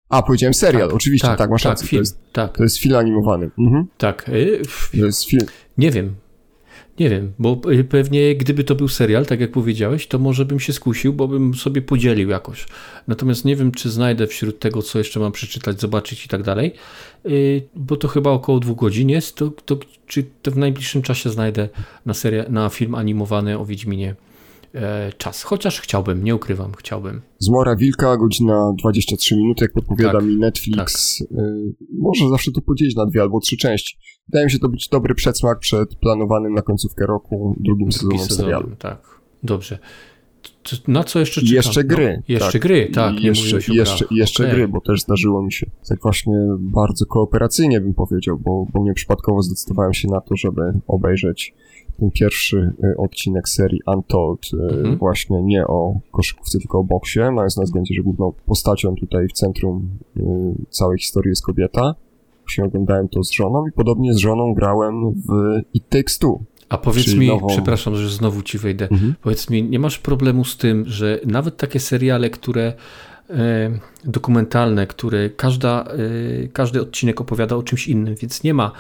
A, powiedziałem serial, oczywiście, tak masz rację. Film, to jest film animowany. Mhm. Tak. To jest film. Nie wiem, bo pewnie gdyby to był serial, tak jak powiedziałeś, to może bym się skusił, bo bym sobie podzielił jakoś. Natomiast nie wiem, czy znajdę wśród tego, co jeszcze mam przeczytać, zobaczyć i tak dalej, bo to chyba około 2 godzin jest, czy to w najbliższym czasie znajdę na film animowany o Wiedźminie czas. Chociaż chciałbym, nie ukrywam, chciałbym. Zmora Wilka, godzina 23 minuty, jak podpowiada mi Netflix. Tak. Może zawsze to podzielić na 2 albo 3 części. Wydaje mi się to być dobry przedsmak przed planowanym na końcówkę roku drugim sezonem serialu. Tak, dobrze. Na co jeszcze czekam? Jeszcze gry. Jeszcze gry, tak. Jeszcze gry, bo też zdarzyło mi się. Tak właśnie bardzo kooperacyjnie bym powiedział, bo nieprzypadkowo zdecydowałem się na to, żeby obejrzeć ten pierwszy odcinek serii Untold, właśnie nie o koszykówce, tylko o boksie, mając na względzie, że główną postacią tutaj w centrum całej historii jest kobieta. Właśnie oglądałem to z żoną i podobnie z żoną grałem w It Takes Two. A powiedz mi, przepraszam, że znowu ci wejdę, powiedz mi, nie masz problemu z tym, że nawet takie seriale, które dokumentalne, które każdy odcinek opowiada o czymś innym, więc nie ma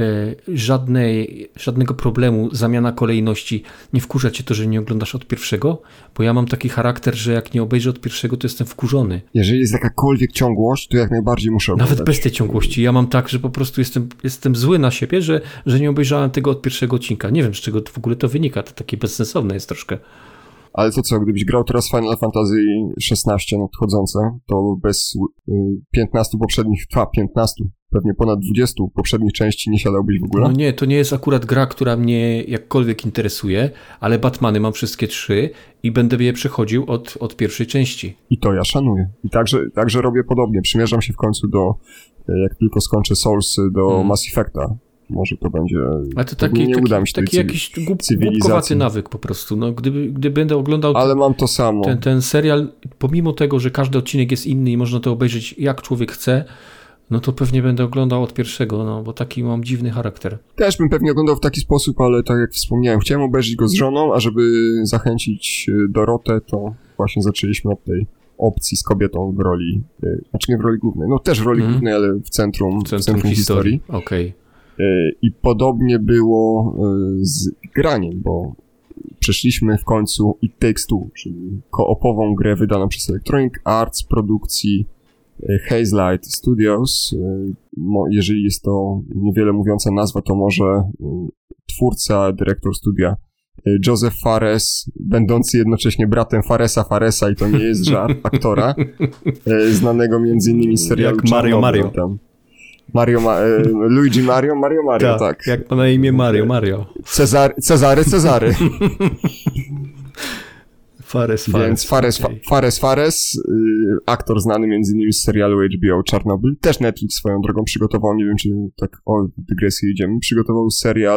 żadnego problemu, zamiana kolejności. Nie wkurza cię to, że nie oglądasz od pierwszego? Bo ja mam taki charakter, że jak nie obejrzę od pierwszego, to jestem wkurzony. Jeżeli jest jakakolwiek ciągłość, to jak najbardziej muszę oglądać. Nawet bez tej ciągłości. Ja mam tak, że po prostu jestem zły na siebie, że nie obejrzałem tego od pierwszego odcinka. Nie wiem, z czego w ogóle to wynika. To takie bezsensowne jest troszkę. Ale to co, gdybyś grał teraz Final Fantasy XVI nadchodzące, to bez 15 poprzednich, pewnie ponad 20 poprzednich części nie siadałbyś w ogóle? No nie, to nie jest akurat gra, która mnie jakkolwiek interesuje, ale Batmany mam wszystkie 3 i będę je przechodził od pierwszej części. I to ja szanuję. I także robię podobnie. Przymierzam się w końcu jak tylko skończę Soulsy, do Mass Effecta. Może to będzie... Ale to taki jakiś głupkowaty nawyk po prostu. No, gdy będę oglądał ale mam to samo. Ten serial, pomimo tego, że każdy odcinek jest inny i można to obejrzeć jak człowiek chce, no to pewnie będę oglądał od pierwszego, no bo taki mam dziwny charakter. Też bym pewnie oglądał w taki sposób, ale tak jak wspomniałem, chciałem obejrzeć go z żoną, a żeby zachęcić Dorotę, to właśnie zaczęliśmy od tej opcji z kobietą w roli, znaczy nie w roli głównej, no też w roli głównej, ale w centrum historii. Okej. I podobnie było z graniem, bo przeszliśmy w końcu It Takes Two, czyli koopową grę wydaną przez Electronic Arts produkcji Hazelight Studios. Jeżeli jest to niewiele mówiąca nazwa, to może twórca, dyrektor studia Joseph Fares, będący jednocześnie bratem Faresa i to nie jest żart, aktora, znanego między innymi z serialu Mario. Luigi Mario, tak. Jak ma na imię Mario. Cezary. Więc Fares, aktor znany między innymi z serialu HBO Czarnobyl, też Netflix swoją drogą przygotował, nie wiem czy tak dygresję idziemy, przygotował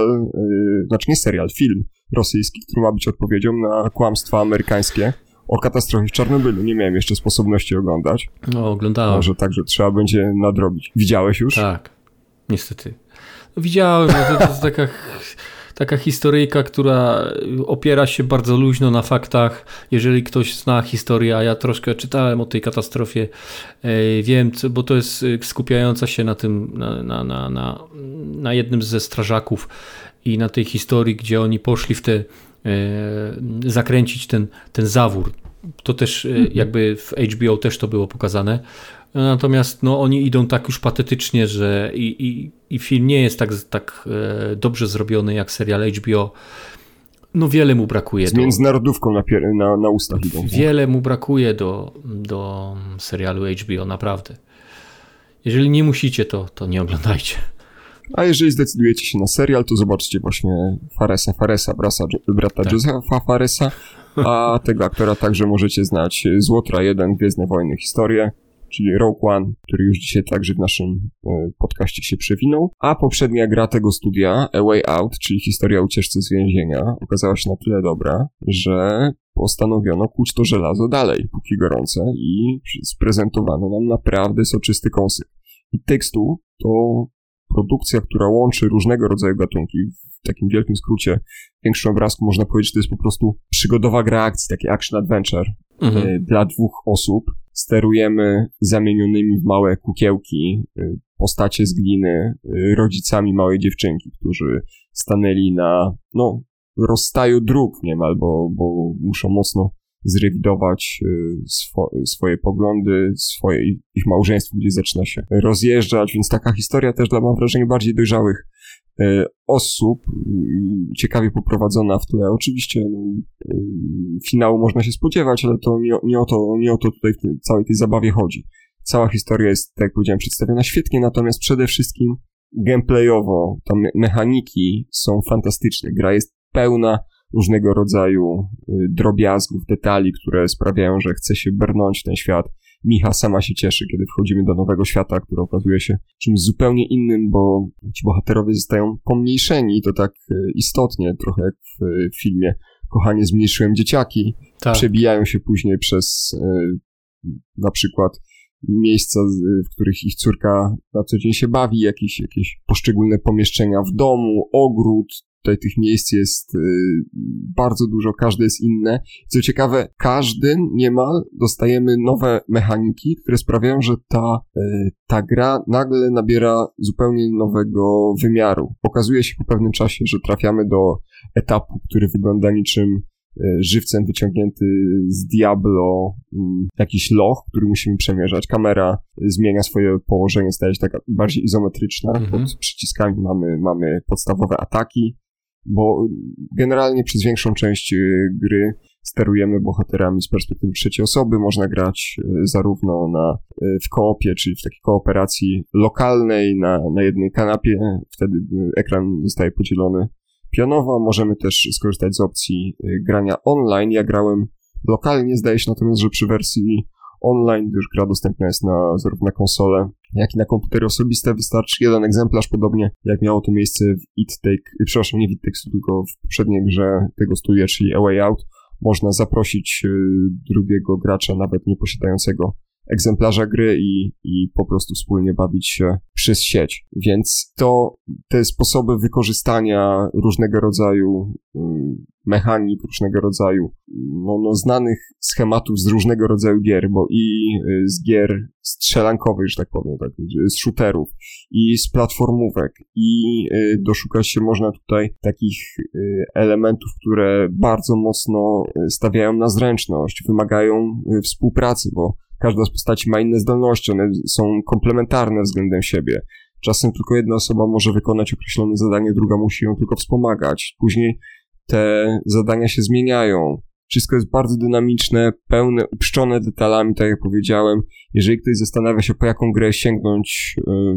film rosyjski, który ma być odpowiedzią na kłamstwa amerykańskie o katastrofie w Czarnobylu. Nie miałem jeszcze sposobności oglądać. No, oglądałem. Może także trzeba będzie nadrobić. Widziałeś już? Tak, niestety. No, widziałem, to jest taka historyjka, która opiera się bardzo luźno na faktach. Jeżeli ktoś zna historię, a ja troszkę czytałem o tej katastrofie, wiem, bo to jest skupiająca się na tym, na jednym ze strażaków i na tej historii, gdzie oni poszli w zakręcić ten zawór. To też jakby w HBO też to było pokazane. Natomiast no, oni idą tak już patetycznie, że i film nie jest tak dobrze zrobiony jak serial HBO. No wiele mu brakuje. Z międzynarodówką na ustach idą. Wiele mu brakuje do serialu HBO, naprawdę. Jeżeli nie musicie, to nie oglądajcie. A jeżeli zdecydujecie się na serial, to zobaczcie właśnie Faresa, brata tak. Josepha Faresa, a tego aktora także możecie znać z Łotra 1, Gwiezdne Wojny, historię, czyli Rogue One, który już dzisiaj także w naszym podcaście się przewinął, a poprzednia gra tego studia, A Way Out, czyli historia o ucieczce z więzienia, okazała się na tyle dobra, że postanowiono kuć to żelazo dalej, póki gorące, i sprezentowano nam naprawdę soczysty koncept. It Takes Two to produkcja, która łączy różnego rodzaju gatunki. W takim wielkim skrócie, większym obrazku można powiedzieć, że to jest po prostu przygodowa gra akcji, taki action-adventure dla 2 osób z sterujemy zamienionymi w małe kukiełki postacie z gliny rodzicami małej dziewczynki, którzy stanęli na rozstaju dróg niemal, bo muszą mocno zrewidować swoje poglądy, ich małżeństwo, gdzie zaczyna się rozjeżdżać, więc taka historia też mam wrażenie bardziej dojrzałych osób, ciekawie poprowadzona w tle. Oczywiście finału można się spodziewać, ale to nie o to tutaj w całej tej zabawie chodzi. Cała historia jest, tak jak powiedziałem, przedstawiona świetnie, natomiast przede wszystkim gameplayowo, tam mechaniki są fantastyczne. Gra jest pełna różnego rodzaju drobiazgów, detali, które sprawiają, że chce się brnąć w ten świat. Micha sama się cieszy, kiedy wchodzimy do nowego świata, który okazuje się czymś zupełnie innym, bo ci bohaterowie zostają pomniejszeni i to tak istotnie, trochę jak w filmie Kochanie, zmniejszyłem dzieciaki. Tak. Przebijają się później przez na przykład miejsca, w których ich córka na co dzień się bawi, jakieś poszczególne pomieszczenia w domu, ogród. Tutaj tych miejsc jest bardzo dużo, każde jest inne. Co ciekawe, każdym niemal dostajemy nowe mechaniki, które sprawiają, że ta gra nagle nabiera zupełnie nowego wymiaru. Okazuje się po pewnym czasie, że trafiamy do etapu, który wygląda niczym żywcem wyciągnięty z Diablo, jakiś loch, który musimy przemierzać. Kamera zmienia swoje położenie, staje się taka bardziej izometryczna. Pod przyciskami mamy podstawowe ataki, bo generalnie przez większą część gry sterujemy bohaterami z perspektywy trzeciej osoby. Można grać zarówno w koopie, czyli w takiej kooperacji lokalnej na jednej kanapie. Wtedy ekran zostaje podzielony pionowo. Możemy też skorzystać z opcji grania online. Ja grałem lokalnie, zdaje się natomiast, że przy wersji online, gdyż gra dostępna jest zarówno na konsolę, jak i na komputery osobiste, wystarczy jeden egzemplarz, podobnie jak miało to miejsce w nie w It Takes Two, tylko w poprzedniej grze tego studia, czyli A Way Out. Można zaprosić drugiego gracza, nawet nie posiadającego egzemplarza gry i po prostu wspólnie bawić się przez sieć. Więc te sposoby wykorzystania różnego rodzaju mechanik, różnego rodzaju znanych schematów z różnego rodzaju gier, bo i z gier strzelankowych, że tak powiem, tak, z shooterów, i z platformówek, i doszukać się można tutaj takich elementów, które bardzo mocno stawiają na zręczność, wymagają współpracy, bo każda z postaci ma inne zdolności, one są komplementarne względem siebie. Czasem tylko jedna osoba może wykonać określone zadanie, druga musi ją tylko wspomagać. Później te zadania się zmieniają. Wszystko jest bardzo dynamiczne, pełne, uprzczone detalami, tak jak powiedziałem. Jeżeli ktoś zastanawia się, po jaką grę sięgnąć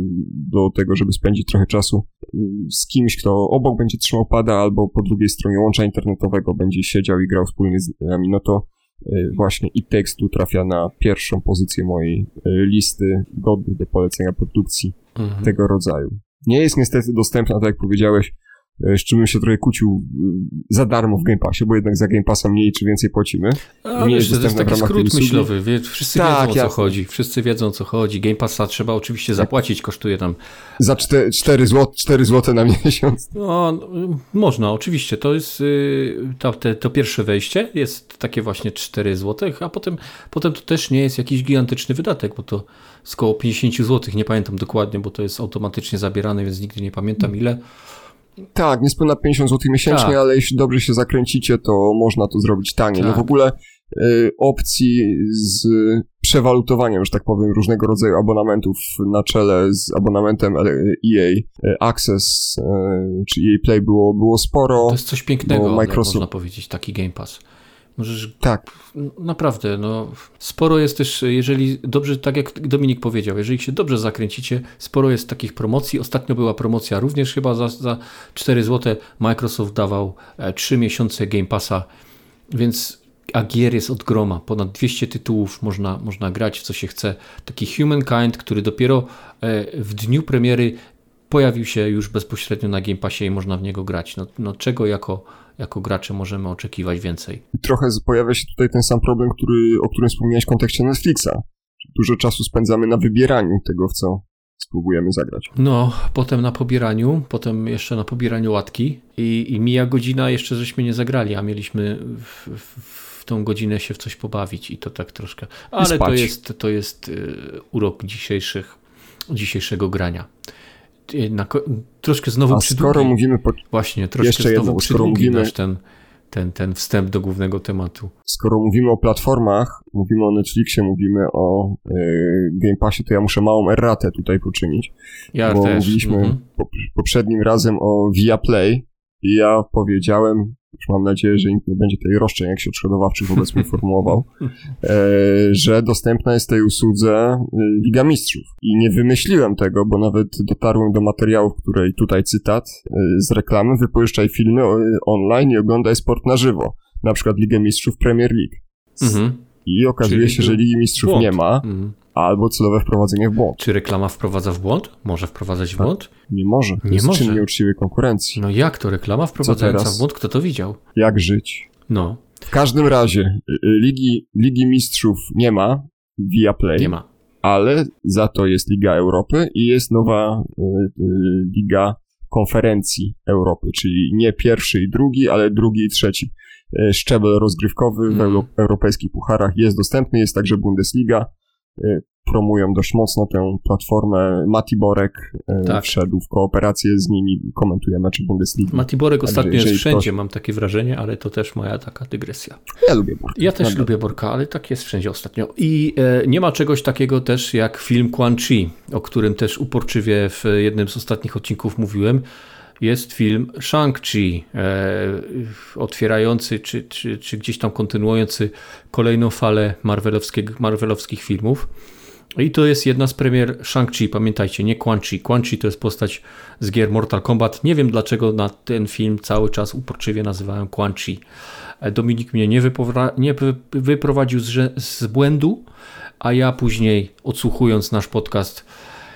do tego, żeby spędzić trochę czasu z kimś, kto obok będzie trzymał pada, albo po drugiej stronie łącza internetowego będzie siedział i grał wspólnie z nami, no to właśnie It Takes Two trafia na pierwszą pozycję mojej listy godnych do polecenia produkcji tego rodzaju. Nie jest niestety dostępna, tak jak powiedziałeś, z czym bym się trochę kłócił, za darmo w Game Passie, bo jednak za Game Passa mniej czy więcej płacimy. Nie jest dostępna w ramach skrót tej myślowy. Wszyscy wiedzą, o co chodzi. Wszyscy wiedzą, o co chodzi. Game Passa trzeba oczywiście zapłacić, kosztuje tam... Za 4 zł na miesiąc. No, można, oczywiście. To jest to pierwsze wejście jest takie właśnie 4 zł, a potem to też nie jest jakiś gigantyczny wydatek, bo to z koło 50 zł, nie pamiętam dokładnie, bo to jest automatycznie zabierane, więc nigdy nie pamiętam ile. Tak, niespełna 50 zł miesięcznie, tak. Ale jeśli dobrze się zakręcicie, to można to zrobić taniej. Tak. No w ogóle opcji z przewalutowaniem, że tak powiem, różnego rodzaju abonamentów na czele z abonamentem EA Access czy EA Play było sporo. To jest coś pięknego, Microsoft... można powiedzieć, taki Game Pass. Możesz... Tak. Naprawdę, sporo jest też, jeżeli dobrze, tak jak Dominik powiedział, jeżeli się dobrze zakręcicie, sporo jest takich promocji. Ostatnio była promocja również chyba za 4 zł. Microsoft dawał 3 miesiące Game Passa, a gier jest od groma. Ponad 200 tytułów można grać w co się chce. Taki Humankind, który dopiero w dniu premiery pojawił się już bezpośrednio na Game Passie i można w niego grać. Czego jako gracze możemy oczekiwać więcej? Trochę pojawia się tutaj ten sam problem, o którym wspomniałeś w kontekście Netflixa. Dużo czasu spędzamy na wybieraniu tego, w co spróbujemy zagrać. No, potem jeszcze na pobieraniu łatki i mija godzina, jeszcze żeśmy nie zagrali, a mieliśmy w tą godzinę się w coś pobawić i to tak troszkę. Ale to jest urok dzisiejszego grania. Troszkę znowu skoro mówimy właśnie, troszkę znowu przydługi nasz ten wstęp do głównego tematu. Skoro mówimy o platformach, mówimy o Netflixie, mówimy o Game Passie, to ja muszę małą erratę tutaj poczynić. Ja bo też. Mówiliśmy poprzednim razem o Viaplay i ja powiedziałem, już mam nadzieję, że nikt nie będzie tej roszczeń jakichś odszkodowawczych wobec mnie formułował, że dostępna jest tej usłudze Liga Mistrzów. I nie wymyśliłem tego, bo nawet dotarłem do materiałów, której tutaj cytat z reklamy: wypożyczaj filmy online i oglądaj sport na żywo. Na przykład Ligę Mistrzów Premier League. I okazuje się, że Ligi Mistrzów nie ma, albo celowe wprowadzenie w błąd. Czy reklama wprowadza w błąd? Może wprowadzać w błąd? Nie może. To jest czyn nieuczciwej konkurencji. No jak to? Reklama wprowadzająca w błąd? Kto to widział? Jak żyć? No. W każdym razie Ligi Mistrzów nie ma, Viaplay. Nie ma. Ale za to jest Liga Europy i jest nowa Liga Konferencji Europy, czyli nie pierwszy i drugi, ale drugi i trzeci szczebel rozgrywkowy w europejskich pucharach jest dostępny, jest także Bundesliga. Promują dość mocno tę platformę. Mati Borek wszedł w kooperację z nimi, komentuje mecze Bundesligi. Mati Borek ostatnio jest wszędzie, mam takie wrażenie, ale to też moja taka dygresja. Ja lubię Borka. Ja też lubię Borka, ale tak jest wszędzie ostatnio. I nie ma czegoś takiego też jak film Quan Chi, o którym też uporczywie w jednym z ostatnich odcinków mówiłem. Jest film Shang-Chi, otwierający czy gdzieś tam kontynuujący kolejną falę marvelowskich filmów. I to jest jedna z premier Shang-Chi, pamiętajcie, nie Quan Chi. Quan Chi to jest postać z gier Mortal Kombat. Nie wiem, dlaczego na ten film cały czas uporczywie nazywałem Quan Chi. Dominik mnie nie wyprowadził z błędu, a ja później, odsłuchując nasz podcast,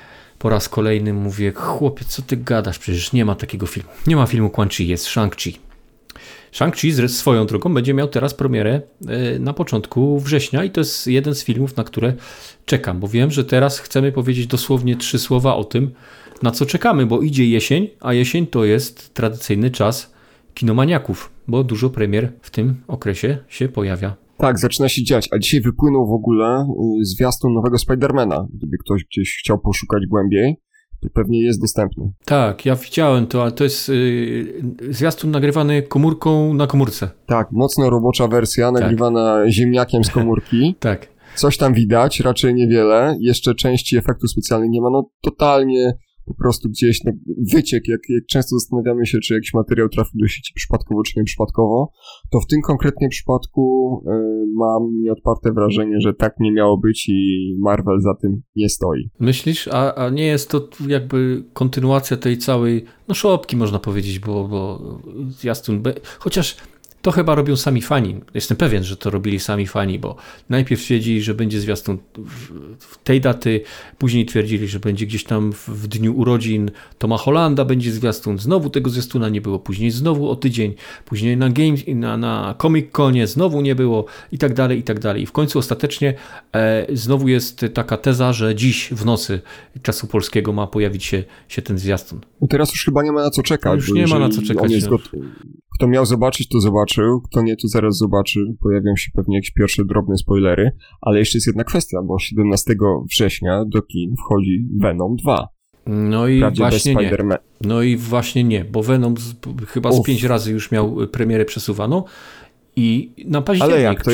po raz kolejny mówię: chłopie, co ty gadasz? Przecież nie ma takiego filmu. Nie ma filmu Quan Chi, jest Shang-Chi. Shang-Chi swoją drogą będzie miał teraz premierę na początku września i to jest jeden z filmów, na które czekam, bo wiem, że teraz chcemy powiedzieć dosłownie 3 słowa o tym, na co czekamy, bo idzie jesień, a jesień to jest tradycyjny czas kinomaniaków, bo dużo premier w tym okresie się pojawia. Tak, zaczyna się dziać, a dzisiaj wypłynął w ogóle zwiastun nowego Spidermana. Gdyby ktoś gdzieś chciał poszukać głębiej, to pewnie jest dostępny. Tak, ja widziałem to, ale to jest zwiastun nagrywany komórką na komórce. Tak, mocno robocza wersja, nagrywana ziemniakiem z komórki. Tak. Coś tam widać, raczej niewiele. Jeszcze części efektów specjalnych nie ma, no totalnie po prostu gdzieś wyciek, jak często zastanawiamy się, czy jakiś materiał trafił do sieci przypadkowo, czy nie przypadkowo, to w tym konkretnie przypadku mam nieodparte wrażenie, że tak nie miało być i Marvel za tym nie stoi. Myślisz? A nie jest to jakby kontynuacja tej całej, szopki można powiedzieć, bo zwiastun, chociaż to chyba robią sami fani. Jestem pewien, że to robili sami fani, bo najpierw twierdzili, że będzie zwiastun w tej daty, później twierdzili, że będzie gdzieś tam w dniu urodzin Toma Hollanda będzie zwiastun, znowu tego zwiastuna nie było, później znowu o tydzień, później na Comic-Conie znowu nie było i tak dalej, i tak dalej. I w końcu ostatecznie znowu jest taka teza, że dziś w nocy czasu polskiego ma pojawić się ten zwiastun. No teraz już chyba nie ma na co czekać. Już nie ma na co czekać. Kto miał zobaczyć, to zobaczył. Kto nie, to zaraz zobaczy. Pojawią się pewnie jakieś pierwsze drobne spoilery. Ale jeszcze jest jedna kwestia, bo 17 września do kin wchodzi Venom 2. No i właśnie nie. No i właśnie nie, bo Venom chyba z 5 razy już miał premierę przesuwaną i na październik. Ale jak to?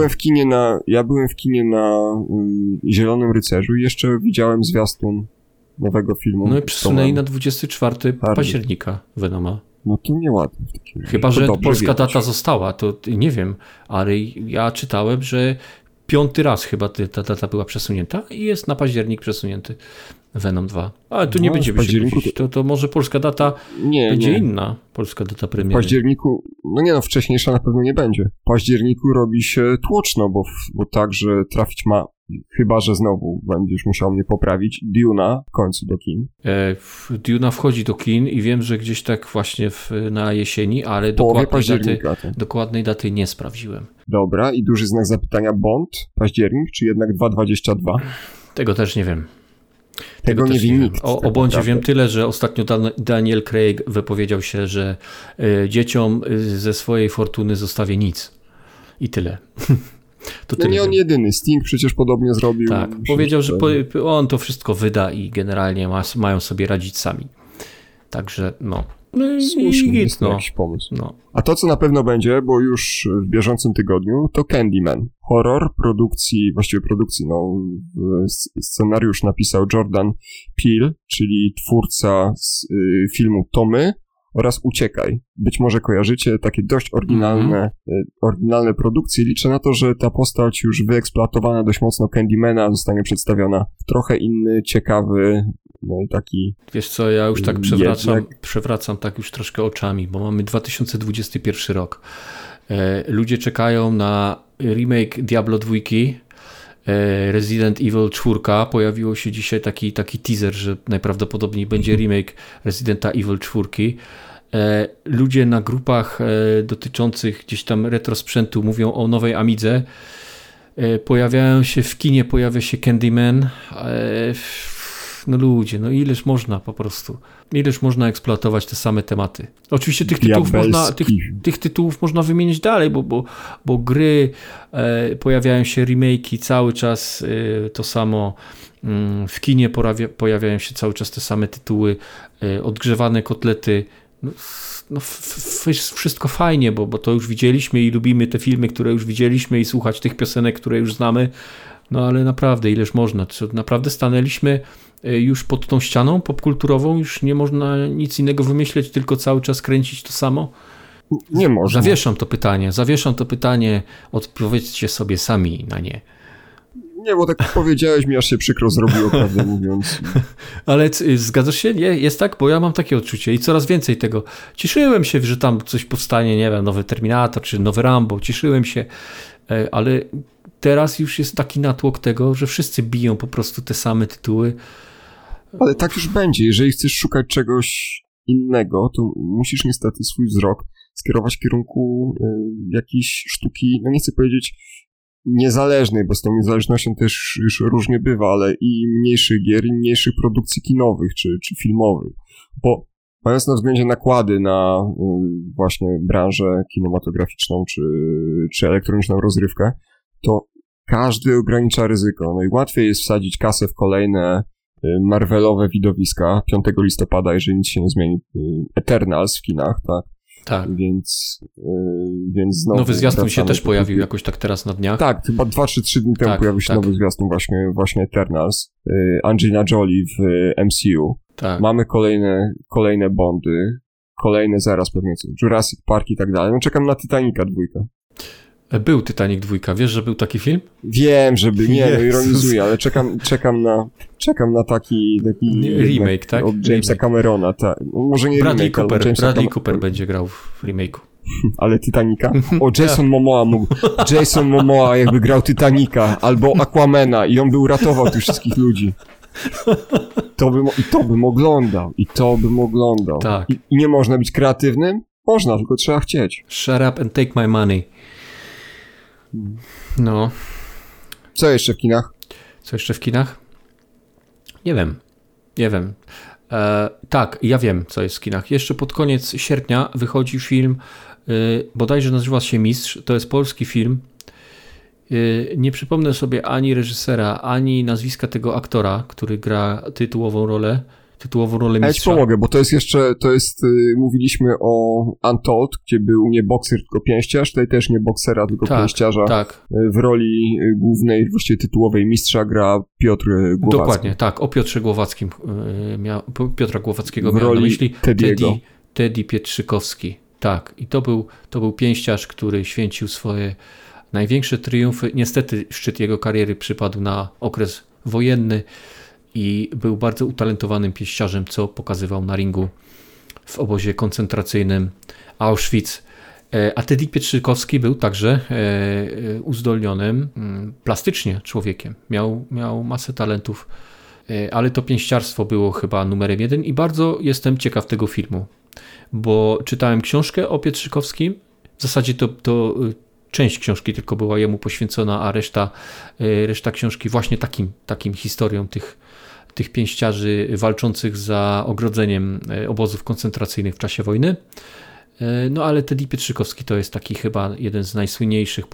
Ja byłem w kinie na Zielonym Rycerzu i jeszcze widziałem zwiastun nowego filmu. No i przesunęli na 24 października Venoma. No to nieładnie. Chyba, że polska data została, to nie wiem, ale ja czytałem, że 5. raz chyba ta data była przesunięta i jest na październik przesunięty Venom 2. Ale tu nie będziemy się kłócić. To może polska data będzie inna. Polska data premiery. W październiku, wcześniejsza na pewno nie będzie. W październiku robi się tłoczno, bo także trafić ma, chyba że znowu będziesz musiał mnie poprawić, Duna w końcu do kin. Duna wchodzi do kin i wiem, że gdzieś tak właśnie na jesieni, ale dokładnej daty nie sprawdziłem. Dobra, i duży znak zapytania Bond, październik, czy jednak 2022? Tego też nie wiem. Tego nie wie nikt. O Bondzie wiem tyle, że ostatnio Daniel Craig wypowiedział się, że dzieciom ze swojej fortuny zostawię nic. I tyle. To no nie on jedyny. Sting przecież podobnie zrobił. Tak, powiedział, że on to wszystko wyda i generalnie mają sobie radzić sami. Także słuszny jest jakiś pomysł. No. A to, co na pewno będzie, bo już w bieżącym tygodniu, to Candyman. Horror produkcji, scenariusz napisał Jordan Peele, czyli twórca z filmu Tommy oraz Uciekaj. Być może kojarzycie takie dość oryginalne produkcje. Liczę na to, że ta postać już wyeksploatowana dość mocno Candymana zostanie przedstawiona w trochę inny, ciekawy, no i taki... Wiesz co, ja już tak przewracam tak już troszkę oczami, bo mamy 2021 rok. Ludzie czekają na remake Diablo 2, Resident Evil 4. Pojawiło się dzisiaj taki teaser, że najprawdopodobniej będzie remake Residenta Evil 4. Ludzie na grupach dotyczących gdzieś tam retro sprzętu mówią o nowej Amidze. Pojawia się Candyman. No ludzie, ileż można po prostu. Ileż można eksploatować te same tematy. Oczywiście tych tytułów można wymienić dalej, bo gry, pojawiają się remake'i cały czas, to samo w kinie pojawiają się cały czas te same tytuły, odgrzewane kotlety. Wszystko fajnie, bo to już widzieliśmy i lubimy te filmy, które już widzieliśmy i słuchać tych piosenek, które już znamy. No ale naprawdę, ileż można. Naprawdę stanęliśmy już pod tą ścianą popkulturową, już nie można nic innego wymyśleć, tylko cały czas kręcić to samo? Nie można. Zawieszam to pytanie, odpowiedzcie sobie sami na nie. Nie, bo tak powiedziałeś mi, aż się przykro zrobiło, prawdę mówiąc. Ale zgadzasz się? Nie, jest tak? Bo ja mam takie odczucie i coraz więcej tego. Cieszyłem się, że tam coś powstanie, nie wiem, nowy Terminator czy nowy Rambo, cieszyłem się, ale teraz już jest taki natłok tego, że wszyscy biją po prostu te same tytuły. Ale tak już będzie. Jeżeli chcesz szukać czegoś innego, to musisz niestety swój wzrok skierować w kierunku jakiejś sztuki, no nie chcę powiedzieć niezależnej, bo z tą niezależnością też już różnie bywa, ale i mniejszych gier, i mniejszych produkcji kinowych czy filmowych. Bo mając na względzie nakłady na właśnie branżę kinematograficzną czy elektroniczną rozrywkę, to każdy ogranicza ryzyko. No i łatwiej jest wsadzić kasę w kolejne Marvelowe widowiska 5 listopada, jeżeli nic się nie zmieni. Eternals w kinach, tak? Tak. Więc znowu... Nowy zwiastun się też pojawił jakoś tak teraz na dniach. Tak, chyba 2-3 dni temu pojawił się nowy zwiastun właśnie Eternals. Angelina Jolie w MCU. Tak. Mamy kolejne Bondy, kolejne zaraz pewnie Jurassic Park i tak dalej. No czekam na Titanica 2. Był Titanic 2. Wiesz, że był taki film? Wiem, żeby nie, ironizuję, ale czekam na taki remake, tak? Od Jamesa Camerona, tak. Może nie Bradley remake, Cooper. Bradley Cooper będzie grał w remake'u. Ale Titanica? O, Jason Momoa jakby grał Titanica, albo Aquamana i on by uratował tych wszystkich ludzi. To bym oglądał. Tak. I nie można być kreatywnym? Można, tylko trzeba chcieć. Shut up and take my money. No. Co jeszcze w kinach? Nie wiem. Tak, ja wiem, co jest w kinach. Jeszcze pod koniec sierpnia wychodzi film, bodajże nazywa się Mistrz. To jest polski film. Nie przypomnę sobie ani reżysera, ani nazwiska tego aktora, który gra tytułową rolę mistrza. Ja ci pomogę, bo mówiliśmy o Untold, gdzie był nie bokser, tylko pięściarz, tutaj też nie boksera, tylko pięściarza. Tak. W roli głównej, właściwie tytułowej mistrza gra Piotr Głowacki. Dokładnie, tak, o Piotrze Głowackim Piotra Głowackiego w miał na myśli Teddy'ego. Teddy Pietrzykowski. Tak, i to był pięściarz, który święcił swoje największe triumfy. Niestety szczyt jego kariery przypadł na okres wojenny i był bardzo utalentowanym pięściarzem, co pokazywał na ringu w obozie koncentracyjnym Auschwitz. A Teddy Pietrzykowski był także uzdolnionym plastycznie człowiekiem. Miał masę talentów, ale to pięściarstwo było chyba numerem 1 i bardzo jestem ciekaw tego filmu, bo czytałem książkę o Pietrzykowskim. W zasadzie to część książki tylko była jemu poświęcona, a reszta książki właśnie takim historią tych pięściarzy walczących za ogrodzeniem obozów koncentracyjnych w czasie wojny. No ale Teddy Pietrzykowski to jest taki chyba jeden z najsłynniejszych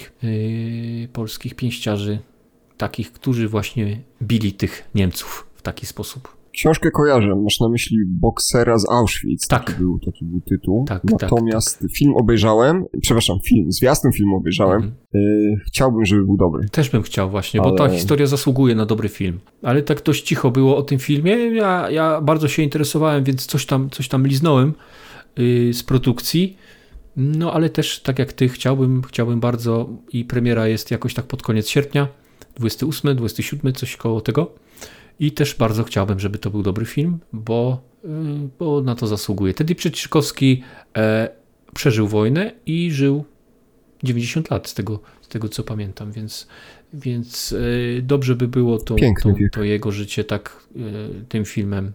polskich pięściarzy, takich, którzy właśnie bili tych Niemców w taki sposób. Książkę kojarzę, masz na myśli Boksera z Auschwitz, Tak. Taki był tytuł. Tak, Natomiast film obejrzałem, zwiastun filmu obejrzałem, chciałbym, żeby był dobry. Też bym chciał właśnie, bo ta historia zasługuje na dobry film. Ale tak dość cicho było o tym filmie, ja bardzo się interesowałem, więc coś tam liznąłem z produkcji, no ale też tak jak ty chciałbym bardzo i premiera jest jakoś tak pod koniec sierpnia, 28, 27, coś koło tego. I też bardzo chciałbym, żeby to był dobry film, bo na to zasługuje. Teddy Pietrzykowski przeżył wojnę i żył 90 lat z tego co pamiętam, więc dobrze by było to jego życie tak tym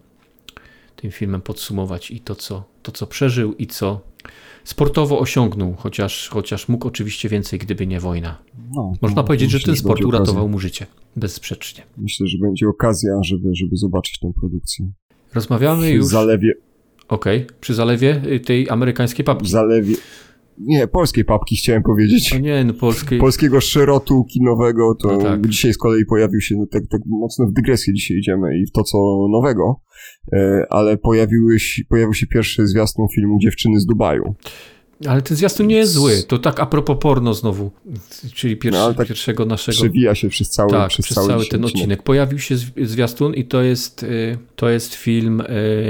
filmem podsumować i to co przeżył i co sportowo osiągnął, chociaż mógł oczywiście więcej, gdyby nie wojna. Można powiedzieć, że ten sport uratował mu życie, bezsprzecznie. Myślę, że będzie okazja, żeby zobaczyć tę produkcję. Rozmawiamy już... W zalewie. Okej, przy zalewie tej amerykańskiej papki. W zalewie... Nie, polskiej papki chciałem powiedzieć. O nie, no polskiego szerotu kinowego, to tak. Dzisiaj z kolei pojawił się, tak mocno w dygresję dzisiaj idziemy i w to co nowego, ale pojawił się pierwszy zwiastun filmu Dziewczyny z Dubaju. Ale ten zwiastun nie jest zły, to tak a propos porno znowu, czyli pierwszego naszego... Przewija się przez cały ten odcinek. Pojawił się zwiastun i to jest film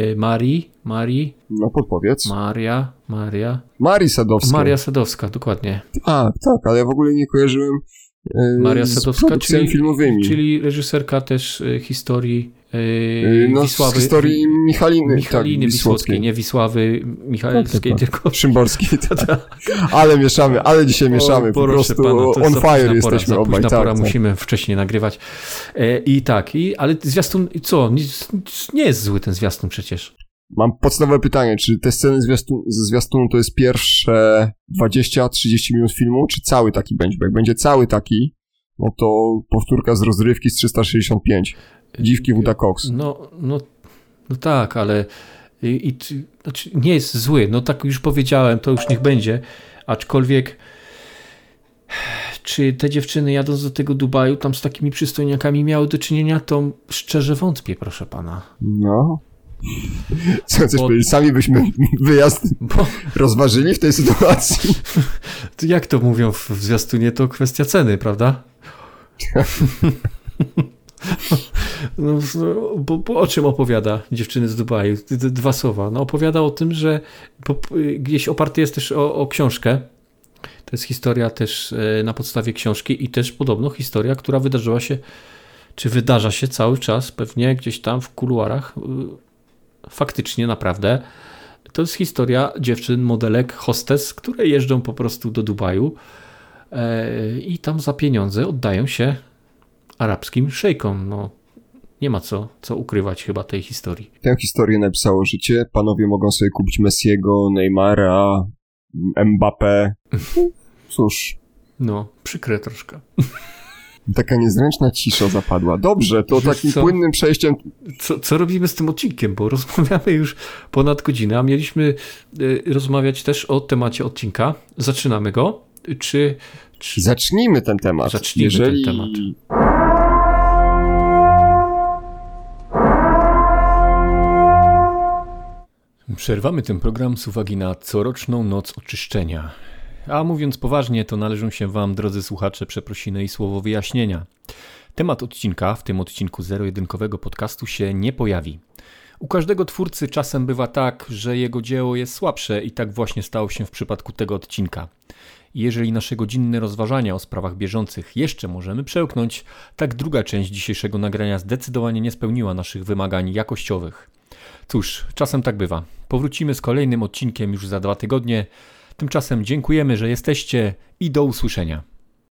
Marii. No podpowiedz. Marii Sadowska. Maria Sadowska, dokładnie. Tak, ale ja w ogóle nie kojarzyłem Maria Sadowska, filmowymi. Czyli reżyserka też historii Wisławy. Z historii Michaliny Wisłockiej, nie Wisławy Michalskiej, tylko Szymborskiej. Ale dzisiaj mieszamy. Po prostu on fire jesteśmy obaj. Pora musimy wcześniej nagrywać. Ale zwiastun, co? Nie jest zły ten zwiastun przecież. Mam podstawowe pytanie, czy te sceny ze zwiastunu to jest pierwsze 20-30 minut filmu, czy cały taki będzie? Bo jak będzie cały taki, no to powtórka z rozrywki z 365. Dziwki Wuda Cox. No tak, ale znaczy nie jest zły, no tak już powiedziałem, to już niech będzie, aczkolwiek czy te dziewczyny jadąc do tego Dubaju tam z takimi przystojniakami miały do czynienia, to szczerze wątpię, proszę pana. No. Co chcesz powiedzieć? Sami byśmy wyjazd rozważyli w tej sytuacji? To jak to mówią w zwiastunie, to kwestia ceny, prawda? Bo o czym opowiada Dziewczyny z Dubaju? Dwa słowa. No, opowiada o tym, że gdzieś oparty jest też o książkę. To jest historia też na podstawie książki i też podobno historia, która wydarzyła się, czy wydarza się cały czas, pewnie gdzieś tam w kuluarach. Faktycznie, naprawdę. To jest historia dziewczyn, modelek, hostes, które jeżdżą po prostu do Dubaju i tam za pieniądze oddają się arabskim szejkom. No, nie ma co ukrywać chyba tej historii. Tę historię napisało życie. Panowie mogą sobie kupić Messiego, Neymara, Mbappé. Cóż. No, przykre troszkę. Taka niezręczna cisza zapadła. Dobrze, to takim płynnym przejściem... Co robimy z tym odcinkiem? Bo rozmawiamy już ponad godzinę, a mieliśmy rozmawiać też o temacie odcinka. Zaczynamy go? Czy... Zacznijmy ten temat. Ten temat. Przerwamy ten program z uwagi na coroczną noc oczyszczenia. A mówiąc poważnie, to należą się wam, drodzy słuchacze, przeprosiny i słowo wyjaśnienia. Temat odcinka, w tym odcinku zero-jedynkowego podcastu, się nie pojawi. U każdego twórcy czasem bywa tak, że jego dzieło jest słabsze i tak właśnie stało się w przypadku tego odcinka. Jeżeli nasze godzinne rozważania o sprawach bieżących jeszcze możemy przełknąć, tak druga część dzisiejszego nagrania zdecydowanie nie spełniła naszych wymagań jakościowych. Cóż, czasem tak bywa. Powrócimy z kolejnym odcinkiem już za 2 tygodnie. Tymczasem dziękujemy, że jesteście i do usłyszenia.